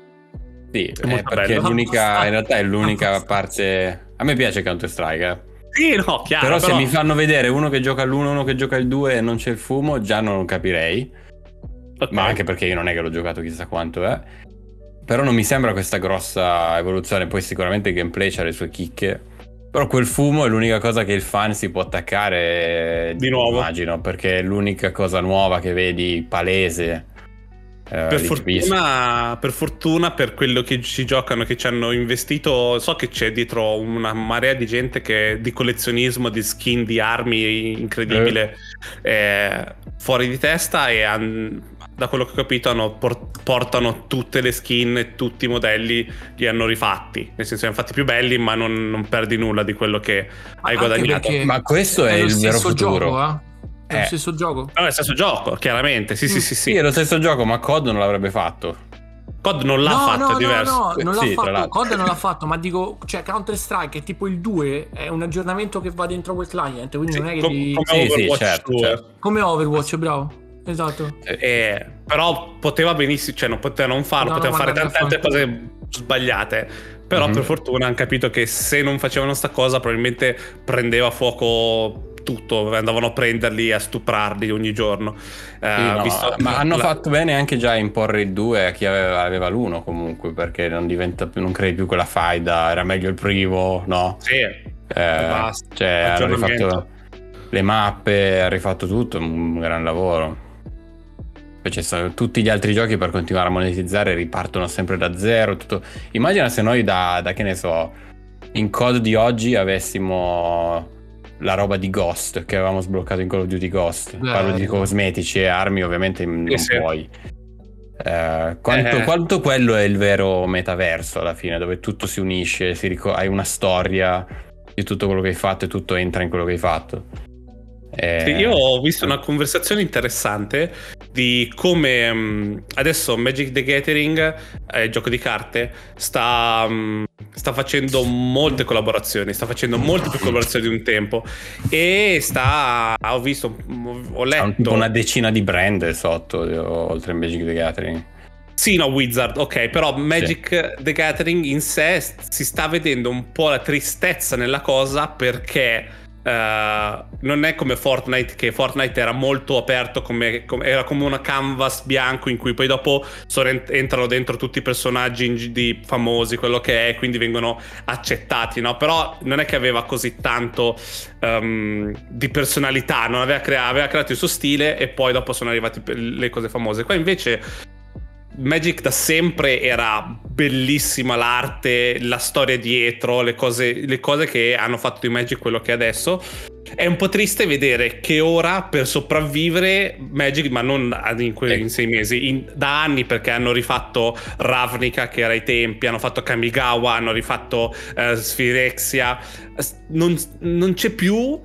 [SPEAKER 2] Sì, eh, perché è l'unica, in realtà è l'unica parte... A me piace Counter-Strike, eh.
[SPEAKER 1] Sì, no, chiaro.
[SPEAKER 2] Però,
[SPEAKER 1] però
[SPEAKER 2] se mi fanno vedere uno che gioca all'uno, uno che gioca al due e non c'è il fumo, già non capirei. Okay. Ma anche perché io non è che l'ho giocato chissà quanto è. Però non mi sembra questa grossa evoluzione. Poi sicuramente il gameplay c'ha le sue chicche. Però quel fumo è l'unica cosa che il fan si può attaccare,
[SPEAKER 1] di nuovo,
[SPEAKER 2] immagino, perché è l'unica cosa nuova che vedi, palese. Eh,
[SPEAKER 1] per, fortuna, per fortuna per quello che ci giocano, che ci hanno investito, so che c'è dietro una marea di gente che di collezionismo di skin di armi incredibile, eh. Eh, fuori di testa, e han, da quello che ho capito hanno, portano tutte le skin e tutti i modelli li hanno rifatti, nel senso li hanno fatti più belli, ma non, non perdi nulla di quello che hai
[SPEAKER 3] anche
[SPEAKER 1] guadagnato.
[SPEAKER 2] Ma questo è, è il vero futuro,
[SPEAKER 3] gioco, eh? È
[SPEAKER 2] eh.
[SPEAKER 3] lo stesso gioco?
[SPEAKER 1] No, è lo stesso gioco, chiaramente. Sì, mm. sì, sì, sì.
[SPEAKER 2] Sì, è lo stesso gioco, ma C O D non l'avrebbe fatto.
[SPEAKER 1] C O D non l'ha
[SPEAKER 3] no,
[SPEAKER 1] fatto,
[SPEAKER 3] no,
[SPEAKER 1] è diverso.
[SPEAKER 3] No, no, non l'ha
[SPEAKER 2] sì,
[SPEAKER 3] fatto. C O D non l'ha fatto, ma dico, cioè Counter Strike è tipo il due, è un aggiornamento che va dentro quel client, quindi sì, non è che
[SPEAKER 1] com-
[SPEAKER 3] devi...
[SPEAKER 1] come
[SPEAKER 2] sì,
[SPEAKER 1] Overwatch
[SPEAKER 2] sì, certo, certo.
[SPEAKER 3] Come Overwatch, bravo. Esatto.
[SPEAKER 1] Eh, però poteva benissimo, cioè non poteva non farlo, no, poteva no, fare tante altre cose sbagliate. Però mm-hmm. per fortuna hanno capito che se non facevano sta cosa probabilmente prendeva fuoco tutto, andavano a prenderli, a stuprarli ogni giorno.
[SPEAKER 2] Sì, uh, no, visto, ma la... hanno fatto bene anche già a imporre il due a chi aveva, aveva l'uno comunque, perché non diventa più, non crei più quella faida, era meglio il primo, no?
[SPEAKER 1] Sì,
[SPEAKER 2] eh, basta. Cioè hanno rifatto le mappe, ha rifatto tutto, un gran lavoro. Poi ci sono tutti gli altri giochi per continuare a monetizzare, ripartono sempre da zero, tutto. Immagina se noi da, da che ne so, in C O D di oggi avessimo la roba di Ghost che avevamo sbloccato in Call of Duty Ghost. Beh, parlo di cosmetici e armi, ovviamente non sì, sì. puoi. Eh, quanto, eh. quanto quello è il vero metaverso alla fine, dove tutto si unisce, si ric- hai una storia di tutto quello che hai fatto e tutto entra in quello che hai fatto.
[SPEAKER 1] Eh... Sì, io ho visto una conversazione interessante di come um, adesso Magic the Gathering, eh, gioco di carte, sta, um, sta facendo molte collaborazioni, sta facendo molte più collaborazioni di un tempo, e sta, ho visto, ho letto...
[SPEAKER 2] C'è tipo una decina di brand sotto, oltre a Magic the Gathering.
[SPEAKER 1] Sì, no, Wizard, ok, però Magic sì. the Gathering in sé si sta vedendo un po' la tristezza nella cosa, perché... Uh, non è come Fortnite, che Fortnite era molto aperto, come, come, era come una canvas bianco in cui poi dopo sono, entrano dentro tutti i personaggi di famosi, quello che è, quindi vengono accettati, no? Però non è che aveva così tanto um, di personalità, non aveva, crea- aveva creato il suo stile e poi dopo sono arrivate le cose famose. Qua invece Magic da sempre era bellissima, l'arte, la storia dietro, le cose, le cose che hanno fatto di Magic quello che è adesso. È un po' triste vedere che ora, per sopravvivere Magic, ma non in, que- in sei mesi, in, da anni, perché hanno rifatto Ravnica, che era ai tempi, hanno fatto Kamigawa, hanno rifatto uh, Sphyrexia, non, non c'è più uh,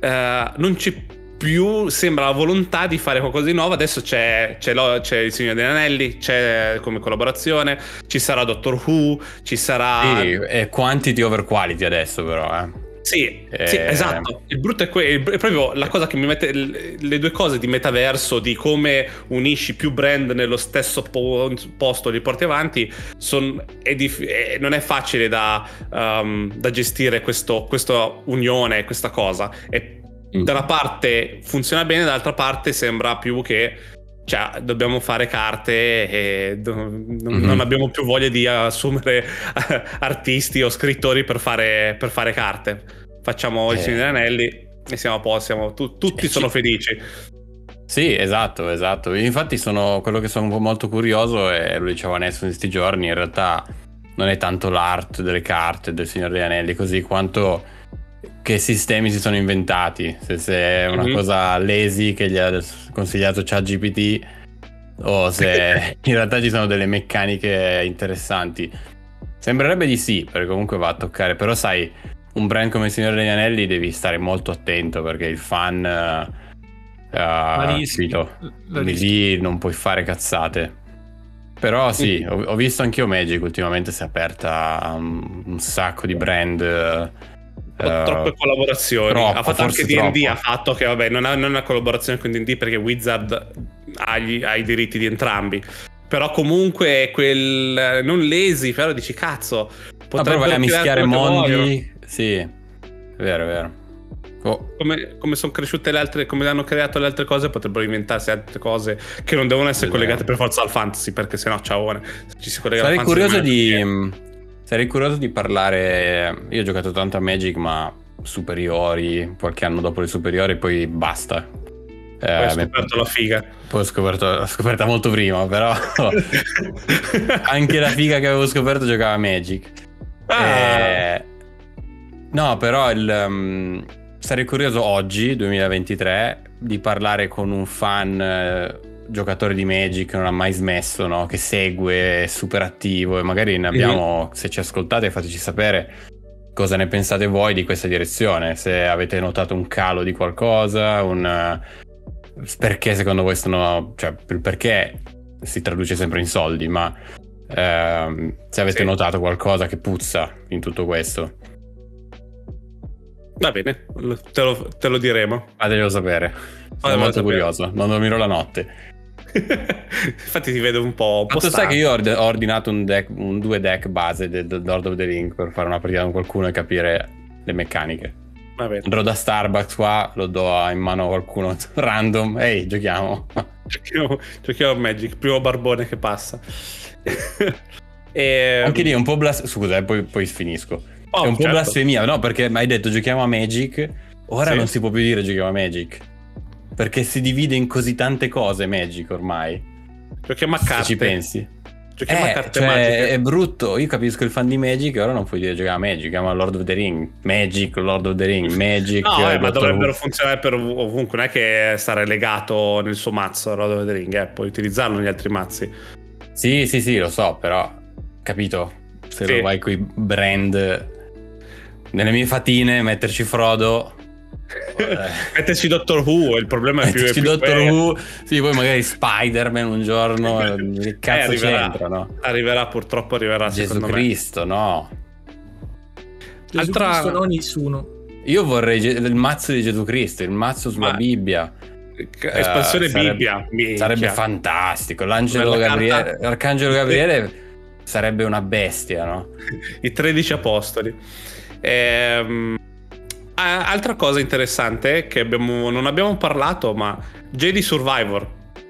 [SPEAKER 1] non c'è più, sembra la volontà di fare qualcosa di nuovo. Adesso c'è, c'è, lo, c'è il Signore degli Anelli, c'è come collaborazione, ci sarà Doctor Who, ci sarà...
[SPEAKER 2] Sì, è quantity over quality adesso però, eh.
[SPEAKER 1] Sì, eh... sì, esatto. Il brutto è, que- è proprio la cosa che mi mette le due cose di metaverso, di come unisci più brand nello stesso po- posto, li porti avanti. Son, è dif- è, non è facile da, um, da gestire questo, questa unione, questa cosa. E da una parte funziona bene, dall'altra parte sembra più che, cioè, dobbiamo fare carte e do- mm-hmm. non abbiamo più voglia di assumere artisti o scrittori per fare, per fare carte. Facciamo eh. il Signore degli Anelli e siamo a posto, siamo, tu- tutti sono felici.
[SPEAKER 2] Sì, esatto, esatto. Infatti sono quello che sono un po' molto curioso, e lo diceva Nelson in questi giorni, in realtà non è tanto l'art delle carte del Signore degli Anelli così, quanto che sistemi si sono inventati, se, se è una mm-hmm. cosa lazy che gli ha consigliato ChatGPT o se in realtà ci sono delle meccaniche interessanti. Sembrerebbe di sì, perché comunque va a toccare, però sai, un brand come il Signore degli Anelli devi stare molto attento, perché il fan uh, uh, capito, lì non puoi fare cazzate. Però sì, mm-hmm. ho, ho visto anch'io Magic ultimamente si è aperta um, un sacco di brand.
[SPEAKER 1] Uh, troppe collaborazioni,
[SPEAKER 2] troppo,
[SPEAKER 1] ha fatto anche D and D,
[SPEAKER 2] troppo.
[SPEAKER 1] ha fatto che vabbè non è una collaborazione con D and D perché Wizard hai, hai i diritti di entrambi. Però comunque quel non lesi, però dici cazzo,
[SPEAKER 2] potrebbero vai a mischiare mondi. Sì, è vero, è vero. Oh.
[SPEAKER 1] Come, come sono cresciute le altre, come hanno creato le altre cose, potrebbero inventarsi altre cose che non devono essere collegate per forza al fantasy, perché sennò ciao, se ci si collega
[SPEAKER 2] sarei
[SPEAKER 1] al
[SPEAKER 2] curioso di sarei curioso di parlare. Io ho giocato tanto a Magic, ma superiori, qualche anno dopo le superiori, poi basta.
[SPEAKER 1] Poi eh, ho scoperto la figa.
[SPEAKER 2] Poi ho scoperto l'ho scoperta molto prima, però anche la figa che avevo scoperto giocava a Magic.
[SPEAKER 1] Ah.
[SPEAKER 2] Eh, no, però il um, sarei curioso oggi, duemilaventitré, di parlare con un fan eh, giocatore di Magic che non ha mai smesso, no? Che segue, è super attivo, e magari ne abbiamo, mm-hmm. se ci ascoltate fateci sapere cosa ne pensate voi di questa direzione, se avete notato un calo di qualcosa, un perché secondo voi sono, cioè il perché si traduce sempre in soldi, ma ehm, se avete sì. notato qualcosa che puzza in tutto questo.
[SPEAKER 1] Va bene, te lo, te lo diremo.
[SPEAKER 2] Fatemelo sapere. Sono molto sapere. curioso, non dormirò la notte.
[SPEAKER 1] Infatti ti vedo un po', un po'
[SPEAKER 2] tu sai che io ho ordinato un deck, un due deck base del Lord of the Ring per fare una partita con qualcuno e capire le meccaniche.
[SPEAKER 1] Va bene.
[SPEAKER 2] Andrò da Starbucks qua, lo do in mano a qualcuno random. Ehi, giochiamo.
[SPEAKER 1] Giochiamo, giochiamo a Magic, primo barbone che passa.
[SPEAKER 2] E... anche lì è un po' blas... scusa, eh, poi, poi finisco. Oh, è un certo. po' blasfemia, no? Perché mi hai detto giochiamo a Magic, ora sì. non si può più dire giochiamo a Magic, perché si divide in così tante cose Magic ormai.
[SPEAKER 1] Giochiamo a carte.
[SPEAKER 2] Se ci pensi.
[SPEAKER 1] Giochiamo
[SPEAKER 2] eh,
[SPEAKER 1] a carte
[SPEAKER 2] cioè,
[SPEAKER 1] magiche.
[SPEAKER 2] È brutto, io capisco il fan di Magic, ora non puoi dire giocare a Magic, giochiamo a Lord of the Ring. Magic, Lord of the Ring, Magic.
[SPEAKER 1] No, eh, ma dovrebbero
[SPEAKER 2] Who.
[SPEAKER 1] funzionare per ovunque, non è che stare legato nel suo mazzo Lord of the Ring, eh, puoi utilizzarlo negli altri mazzi.
[SPEAKER 2] Sì, sì, sì, lo so, però capito, se sì. lo vai coi brand nelle mie fatine, metterci Frodo,
[SPEAKER 1] metterci Doctor Who, il problema è
[SPEAKER 2] metterci
[SPEAKER 1] più, è più
[SPEAKER 2] Doctor Who, sì, poi magari Spider-Man un giorno, che cazzo
[SPEAKER 1] eh, arriverà,
[SPEAKER 2] c'entra, no?
[SPEAKER 1] Arriverà, purtroppo arriverà,
[SPEAKER 2] Gesù Cristo, me. no?
[SPEAKER 3] Gesù
[SPEAKER 1] Altra...
[SPEAKER 3] Cristo no, nessuno.
[SPEAKER 2] Io vorrei ge- il mazzo di Gesù Cristo, il mazzo sulla Ma... Bibbia.
[SPEAKER 1] Espansione uh,
[SPEAKER 2] Bibbia
[SPEAKER 1] sarebbe,
[SPEAKER 2] sarebbe fantastico. L'angelo Gabriele, carta... l'arcangelo Gabriele sarebbe una bestia, no?
[SPEAKER 1] I tredici apostoli. Ehm, altra cosa interessante che abbiamo, non abbiamo parlato, ma Jedi Survivor.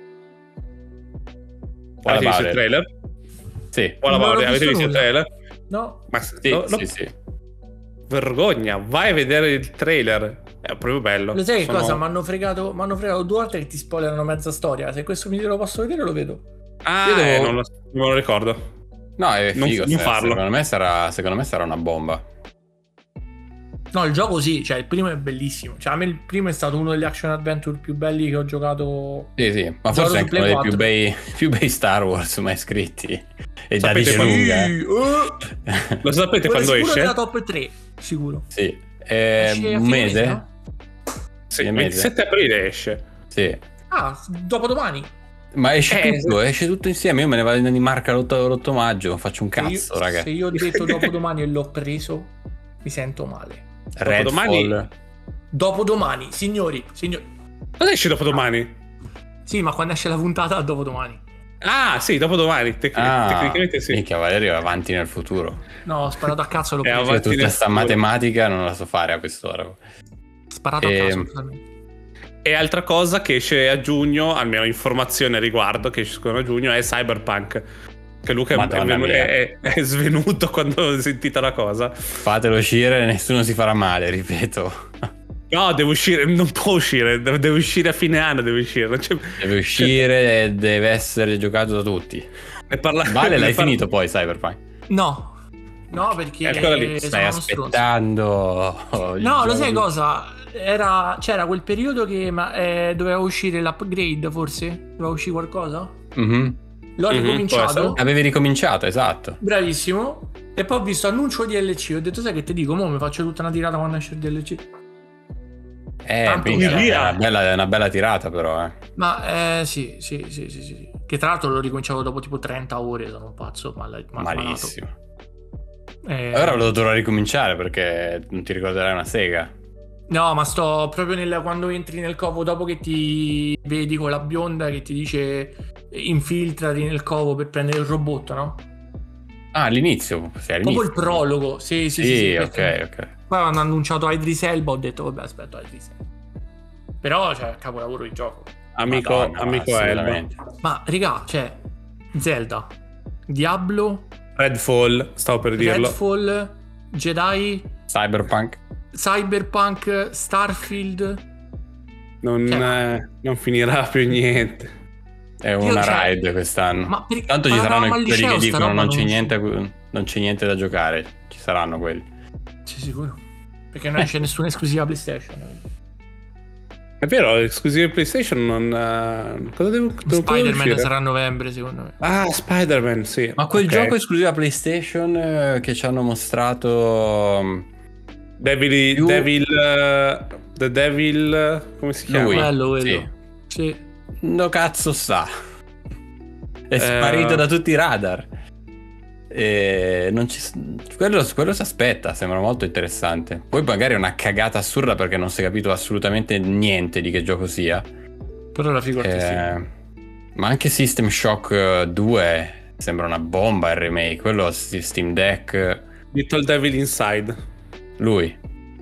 [SPEAKER 1] Avete visto il trailer?
[SPEAKER 2] Sì.
[SPEAKER 1] O la avete visto il trailer?
[SPEAKER 3] No.
[SPEAKER 1] Ma
[SPEAKER 2] sì,
[SPEAKER 1] lo,
[SPEAKER 2] sì,
[SPEAKER 1] lo...
[SPEAKER 2] sì.
[SPEAKER 1] Vergogna, vai a vedere il trailer. È proprio bello.
[SPEAKER 3] Lo sai che
[SPEAKER 1] Sono...
[SPEAKER 3] cosa? Mi hanno fregato, m'hanno fregato due volte che ti spoilerano mezza storia. Se questo video lo posso vedere, lo vedo.
[SPEAKER 1] Ah, Io devo... eh, non, lo, non me lo ricordo.
[SPEAKER 2] No, è figo.
[SPEAKER 1] Non, non farlo.
[SPEAKER 2] Secondo me sarà, secondo me sarà una bomba.
[SPEAKER 3] No, il gioco sì, cioè il primo è bellissimo. Cioè a me il primo è stato uno degli action adventure più belli che ho giocato.
[SPEAKER 2] Sì, sì, ma forse è anche uno dei più bei, più bei Star Wars mai scritti. E da dice lunga.
[SPEAKER 1] Uh, lo sapete quando esce?
[SPEAKER 3] Sicuro della top tre, sicuro.
[SPEAKER 2] Sì, è un mese? mese no?
[SPEAKER 1] Sì, il ventisette aprile esce.
[SPEAKER 2] Sì.
[SPEAKER 3] Ah, dopo domani.
[SPEAKER 2] Ma esce eh, tutto, sì. esce tutto insieme. Io me ne vado in Danimarca l'otto maggio, non faccio un cazzo,
[SPEAKER 3] se
[SPEAKER 2] raga.
[SPEAKER 3] Se io ho detto dopo domani e l'ho preso, mi sento male.
[SPEAKER 2] Redfall.
[SPEAKER 3] Dopodomani, signori, signori.
[SPEAKER 1] Cosa esce dopodomani?
[SPEAKER 3] Sì, ma quando esce la puntata dopodomani.
[SPEAKER 1] Ah, sì, dopodomani. Tec-
[SPEAKER 2] ah,
[SPEAKER 1] tecnicamente sì.
[SPEAKER 2] Minchia, Valerio è avanti nel futuro.
[SPEAKER 3] No, ho sparato a cazzo. L'ho
[SPEAKER 2] preso. Cioè, tutta sta matematica non la so fare a quest'ora.
[SPEAKER 3] Sparato e... a caso, totalmente.
[SPEAKER 1] E altra cosa che esce a giugno, almeno informazione a riguardo, che escono a giugno, è Cyberpunk. Che Luca è, è, è svenuto quando ho sentito la cosa.
[SPEAKER 2] Fatelo uscire, nessuno si farà male, ripeto.
[SPEAKER 1] No, deve uscire, non può uscire, deve, deve uscire a fine anno, deve uscire. Non c'è...
[SPEAKER 2] Deve uscire e deve essere giocato da tutti.
[SPEAKER 1] Ne parla...
[SPEAKER 2] Vale, l'hai
[SPEAKER 1] parla...
[SPEAKER 2] finito poi Cyberpunk?
[SPEAKER 3] No. No, perché
[SPEAKER 1] lì.
[SPEAKER 2] Stai aspettando.
[SPEAKER 3] Oh, no, lo sai cosa? Era, c'era quel periodo che ma, eh, doveva uscire l'upgrade, forse? Doveva uscire qualcosa?
[SPEAKER 2] Mhm.
[SPEAKER 3] L'ho mm-hmm, ricominciato.
[SPEAKER 2] Avevi ricominciato, esatto.
[SPEAKER 3] Bravissimo. E poi ho visto annuncio D L C. Ho detto, sai che ti dico? Mo mi faccio tutta una tirata quando esce il D L C.
[SPEAKER 2] Eh, minchia, è, una bella, è una bella tirata però, eh.
[SPEAKER 3] Ma eh, sì, sì, sì, sì, sì. Che tra l'altro l'ho ricominciato dopo tipo trenta ore. Sono un pazzo, ma l'hai
[SPEAKER 2] malissimo.
[SPEAKER 3] Eh...
[SPEAKER 2] Allora lo dovrò ricominciare perché non ti ricorderai una sega.
[SPEAKER 3] No, ma sto proprio nel, quando entri nel covo, dopo che ti vedi con la bionda che ti dice infiltrati nel covo per prendere il robot, no?
[SPEAKER 2] Ah, all'inizio, sì, all'inizio.
[SPEAKER 3] Proprio il prologo, sì, sì,
[SPEAKER 2] sì,
[SPEAKER 3] sì, sì,
[SPEAKER 2] ok, ok.
[SPEAKER 3] Poi hanno annunciato Idris Elba, ho detto vabbè, aspetta Idris Elba. Però, cioè, capolavoro di gioco.
[SPEAKER 1] Amico,
[SPEAKER 2] Madonna,
[SPEAKER 1] amico Elba.
[SPEAKER 3] Ma, raga, cioè, Zelda, Diablo,
[SPEAKER 1] Redfall, stavo per dirlo.
[SPEAKER 3] Redfall, Jedi,
[SPEAKER 2] Cyberpunk.
[SPEAKER 3] Cyberpunk, Starfield.
[SPEAKER 2] Mm.
[SPEAKER 1] Non,
[SPEAKER 3] Cioè,
[SPEAKER 1] eh, non finirà più niente.
[SPEAKER 2] È una
[SPEAKER 3] Io, cioè,
[SPEAKER 2] ride quest'anno.
[SPEAKER 3] ma per-
[SPEAKER 2] Tanto ci saranno
[SPEAKER 3] parlavamo al
[SPEAKER 2] quelli
[SPEAKER 3] liceo,
[SPEAKER 2] che
[SPEAKER 3] sta
[SPEAKER 2] dicono
[SPEAKER 3] roba
[SPEAKER 2] non c'è,
[SPEAKER 3] non
[SPEAKER 2] niente, non c'è niente da giocare. Ci saranno quelli.
[SPEAKER 3] Sì, sicuro. Perché non c'è nessuna esclusiva PlayStation.
[SPEAKER 1] È vero, l'esclusiva PlayStation non... eh, cosa devo... devo
[SPEAKER 3] Spider-Man sarà a novembre, secondo me.
[SPEAKER 1] Ah, Spider-Man, sì.
[SPEAKER 2] Ma quel
[SPEAKER 1] okay.
[SPEAKER 2] gioco esclusiva PlayStation eh, che ci hanno mostrato...
[SPEAKER 1] Devil...
[SPEAKER 2] Più...
[SPEAKER 1] Devil... Uh, The Devil... Come si chiama?
[SPEAKER 2] Lui.
[SPEAKER 3] Bello quello.
[SPEAKER 2] Sì.
[SPEAKER 3] Sì.
[SPEAKER 2] No cazzo sta. È
[SPEAKER 1] Eh...
[SPEAKER 2] sparito da tutti i radar. E non ci... quello, quello si aspetta, sembra molto interessante. Poi magari è una cagata assurda perché non si è capito assolutamente niente di che gioco sia.
[SPEAKER 3] Però la figura
[SPEAKER 2] Eh,
[SPEAKER 3] sì.
[SPEAKER 2] Ma anche System Shock due sembra una bomba il remake. Quello Steam Deck.
[SPEAKER 1] Little Devil Inside.
[SPEAKER 2] Lui.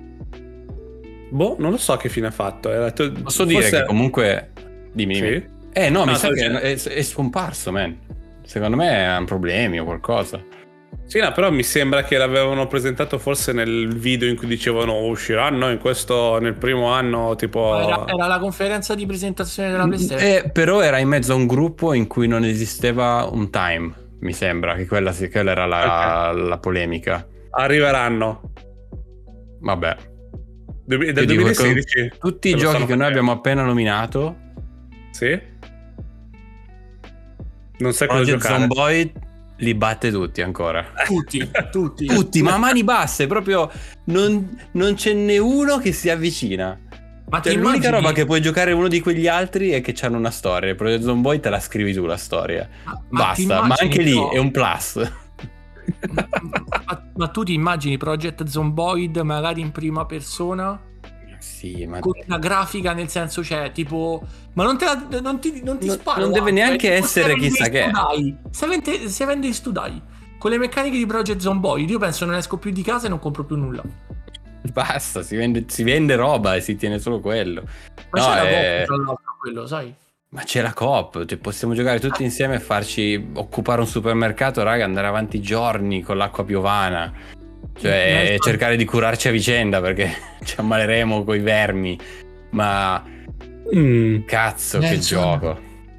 [SPEAKER 1] Boh, non lo so che fine ha fatto. Era to-
[SPEAKER 2] Posso
[SPEAKER 1] forse...
[SPEAKER 2] dire che comunque... Dimmi, dimmi.
[SPEAKER 1] Sì?
[SPEAKER 2] Eh no,
[SPEAKER 1] no
[SPEAKER 2] mi sa che
[SPEAKER 1] c'è...
[SPEAKER 2] è, è scomparso, man. Secondo me ha problemi o qualcosa.
[SPEAKER 1] Sì, no, però mi sembra che l'avevano presentato forse nel video in cui dicevano usciranno in questo, nel primo anno, tipo...
[SPEAKER 3] Era, era la conferenza di presentazione della PlayStation.
[SPEAKER 2] Eh, però era in mezzo a un gruppo in cui non esisteva un time, mi sembra, che quella, sì, quella era la, okay. la polemica.
[SPEAKER 1] Arriveranno.
[SPEAKER 2] Vabbè.
[SPEAKER 1] Du- del duemilasedici.
[SPEAKER 2] Tutti i giochi che noi abbiamo appena nominato.
[SPEAKER 1] Sì. Non sai cosa
[SPEAKER 2] Project
[SPEAKER 1] giocare.
[SPEAKER 2] Zomboid li batte tutti ancora.
[SPEAKER 3] Tutti, tutti.
[SPEAKER 2] Tutti, ma a mani basse, proprio non, non ce n'è uno che si avvicina.
[SPEAKER 3] Ma
[SPEAKER 2] cioè,
[SPEAKER 3] ti
[SPEAKER 2] l'unica
[SPEAKER 3] immagini...
[SPEAKER 2] roba che puoi giocare uno di quegli altri è che c'hanno una storia. Il Project Zomboid te la scrivi tu la storia. Ma, basta, ma, ma anche lì no. È un plus.
[SPEAKER 3] ma, ma, ma tu ti immagini Project Zomboid magari in prima persona?
[SPEAKER 2] Sì, ma...
[SPEAKER 3] con una grafica, nel senso, c'è cioè, tipo, ma non, te la, non ti, non ti
[SPEAKER 2] no,
[SPEAKER 3] sparo.
[SPEAKER 2] Non deve neanche eh, essere chissà che.
[SPEAKER 3] Se vende in Studai con le meccaniche di Project Zomboid, io penso non esco più di casa e non compro più nulla.
[SPEAKER 2] Basta, si vende, si vende roba e si tiene solo quello.
[SPEAKER 3] Ma
[SPEAKER 2] no,
[SPEAKER 3] c'è la
[SPEAKER 2] è...
[SPEAKER 3] coop, tra l'altro, quello, sai?
[SPEAKER 2] Ma c'è la coop, cioè possiamo giocare tutti insieme e farci occupare un supermercato, raga, andare avanti giorni con l'acqua piovana. Cioè, e cercare di curarci a vicenda perché ci ammaleremo coi vermi. Ma mm. cazzo, Nelson. Che gioco.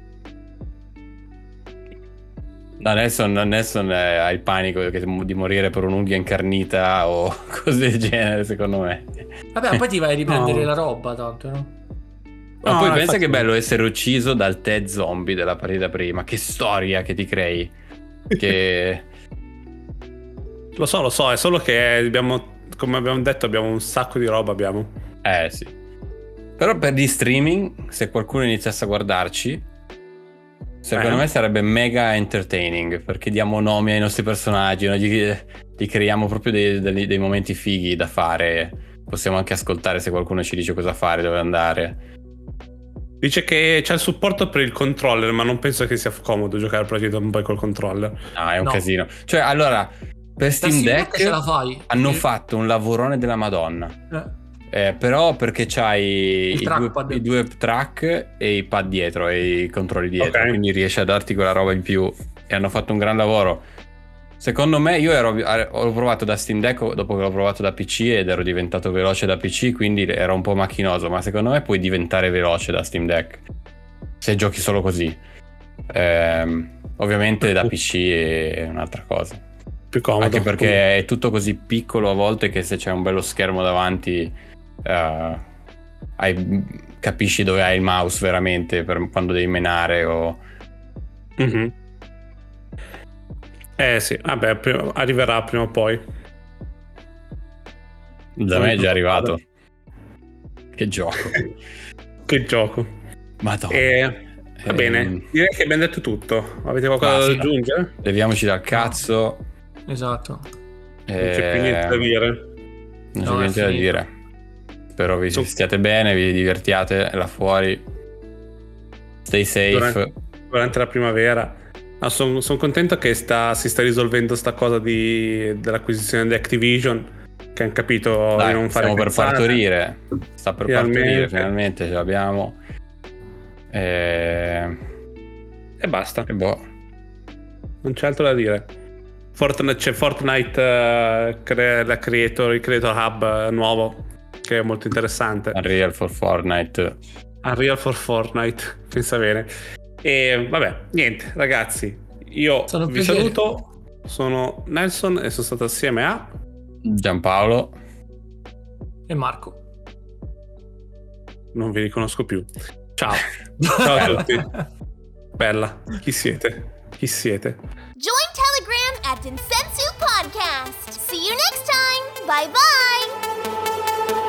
[SPEAKER 2] No, Nelson, Nelson ha il panico di morire per un'unghia incarnita o cose del genere, secondo me.
[SPEAKER 3] Vabbè, poi ti vai a riprendere no. la roba, tanto, no?
[SPEAKER 2] Ma no, poi pensa infatti... che bello essere ucciso dal Ted zombie della partita prima. Che storia che ti crei. Che...
[SPEAKER 1] Lo so, lo so, è solo che abbiamo, come abbiamo detto, abbiamo un sacco di roba, abbiamo.
[SPEAKER 2] Eh sì. Però per gli streaming, se qualcuno iniziasse a guardarci, secondo eh. me sarebbe mega entertaining, perché diamo nomi ai nostri personaggi, noi gli, gli creiamo proprio dei, dei, dei momenti fighi da fare. Possiamo anche ascoltare se qualcuno ci dice cosa fare, dove andare.
[SPEAKER 1] Dice che c'è il supporto per il controller, ma non penso che sia comodo giocare a Project Zomboid col controller.
[SPEAKER 2] No, è un
[SPEAKER 3] no.
[SPEAKER 2] casino. Cioè, allora... Per Steam, Steam Deck, Deck ce la fai. Hanno sì. fatto un lavorone della Madonna. Eh. Eh, però perché c'hai i due, i due track e i pad dietro e i controlli dietro, okay. Quindi riesci a darti quella roba in più. E hanno fatto un gran lavoro. Secondo me, io ero, ho provato da Steam Deck dopo che l'ho provato da P C ed ero diventato veloce da P C, quindi era un po' macchinoso. Ma secondo me puoi diventare veloce da Steam Deck se giochi solo così. Eh, ovviamente da P C è un'altra cosa.
[SPEAKER 1] Più comodo.
[SPEAKER 2] Anche perché è tutto così piccolo a volte che se c'è un bello schermo davanti uh, hai, capisci dove hai il mouse veramente per quando devi menare o...
[SPEAKER 1] Mm-hmm. Eh sì, vabbè, prima, arriverà prima o poi.
[SPEAKER 2] Da me è già arrivato. Che gioco.
[SPEAKER 1] Che gioco.
[SPEAKER 2] Madonna.
[SPEAKER 1] E, va eh, bene, direi che abbiamo detto tutto. Avete qualcosa da aggiungere?
[SPEAKER 2] Leviamoci dal cazzo.
[SPEAKER 3] Esatto.
[SPEAKER 1] Non c'è più niente da dire.
[SPEAKER 2] Non c'è no, niente da dire. Spero vi
[SPEAKER 1] Su-
[SPEAKER 2] stiate bene, vi divertiate là fuori. Stay safe.
[SPEAKER 1] Durante, durante la primavera. Ah, sono contento che sta, si sta risolvendo sta cosa di, dell'acquisizione di Activision, che hanno capito
[SPEAKER 2] Dai,
[SPEAKER 1] di non fare
[SPEAKER 2] stiamo per
[SPEAKER 1] cazzate.
[SPEAKER 2] partorire. Sta per
[SPEAKER 1] Finalmente.
[SPEAKER 2] partorire, finalmente ce l'abbiamo. E...
[SPEAKER 1] E basta.
[SPEAKER 2] e boh.
[SPEAKER 1] Non c'è altro da dire. Fortnite, c'è Fortnite uh, cre- la creator, il Creator Hub uh, nuovo, che è molto interessante.
[SPEAKER 2] Unreal for Fortnite.
[SPEAKER 1] Unreal for Fortnite, pensa bene. E vabbè, niente, ragazzi, io
[SPEAKER 3] Sono un
[SPEAKER 1] vi
[SPEAKER 3] piacere.
[SPEAKER 1] saluto. Sono Nelson e sono stato assieme a
[SPEAKER 2] Giampaolo.
[SPEAKER 3] E Marco.
[SPEAKER 1] non vi riconosco più. Ciao. Ciao a tutti. Bella. Chi siete? Chi siete?
[SPEAKER 4] Join Telegram at Densensu Podcast. See you next time. Bye bye.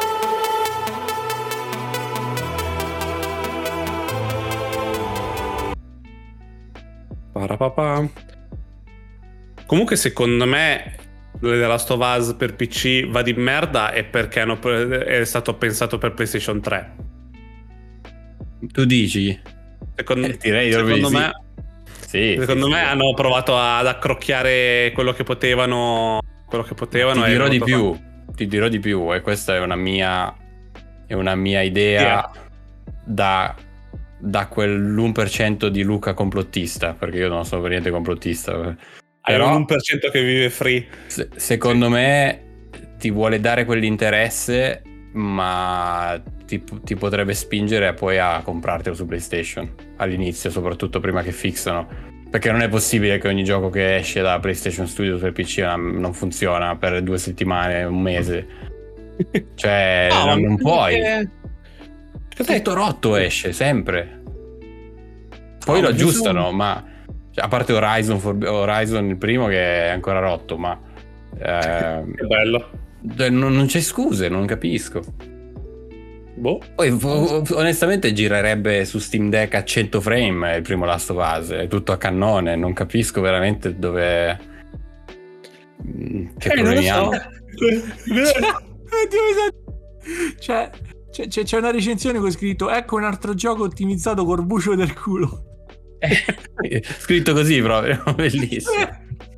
[SPEAKER 1] Parapapà. Comunque secondo me The Last of Us per P C va di merda è perché hanno pre- è stato pensato per PlayStation tre.
[SPEAKER 2] Tu dici?
[SPEAKER 1] Secondo,
[SPEAKER 2] Eh, direi
[SPEAKER 1] secondo
[SPEAKER 2] di sì.
[SPEAKER 1] me,
[SPEAKER 2] Sì,
[SPEAKER 1] secondo
[SPEAKER 2] sì,
[SPEAKER 1] me
[SPEAKER 2] sì.
[SPEAKER 1] hanno provato ad accrocchiare quello che potevano, quello che potevano.
[SPEAKER 2] Ti
[SPEAKER 1] e
[SPEAKER 2] dirò
[SPEAKER 1] hanno
[SPEAKER 2] di
[SPEAKER 1] trovato-
[SPEAKER 2] più, ti dirò di più, e questa è una mia è una mia idea
[SPEAKER 1] Yeah.
[SPEAKER 2] da da quell'uno per cento di Luca complottista, perché io non sono per niente complottista.
[SPEAKER 1] Hai
[SPEAKER 2] Però
[SPEAKER 1] un uno per cento che vive free.
[SPEAKER 2] se- secondo me ti vuole dare quell'interesse, ma ti, ti potrebbe spingere poi a comprartelo su PlayStation all'inizio, soprattutto prima che fixano, perché non è possibile che ogni gioco che esce da PlayStation Studios per P C non non funziona per due settimane, un mese. Cioè
[SPEAKER 1] No,
[SPEAKER 2] non, non puoi.
[SPEAKER 1] perché- Cos'è?
[SPEAKER 2] Tutto rotto esce sempre. Poi
[SPEAKER 1] No,
[SPEAKER 2] lo
[SPEAKER 1] ma
[SPEAKER 2] aggiustano,
[SPEAKER 1] nessuno-
[SPEAKER 2] ma cioè, a parte Horizon, For- Horizon il primo che è ancora rotto, ma eh,
[SPEAKER 1] Che bello.
[SPEAKER 2] non, non c'è scuse, non capisco.
[SPEAKER 1] Boh.
[SPEAKER 2] Poi vo- onestamente girerebbe su Steam Deck a cento frame il primo Last of Us, è tutto a cannone, non capisco veramente dove mm, che
[SPEAKER 1] Eh, non lo
[SPEAKER 2] problemi
[SPEAKER 1] so.
[SPEAKER 2] hanno.
[SPEAKER 3] Cioè, c'è, c'è, c'è una recensione con scritto: ecco un altro gioco ottimizzato col bucio del culo.
[SPEAKER 2] Eh, scritto così proprio, bellissimo.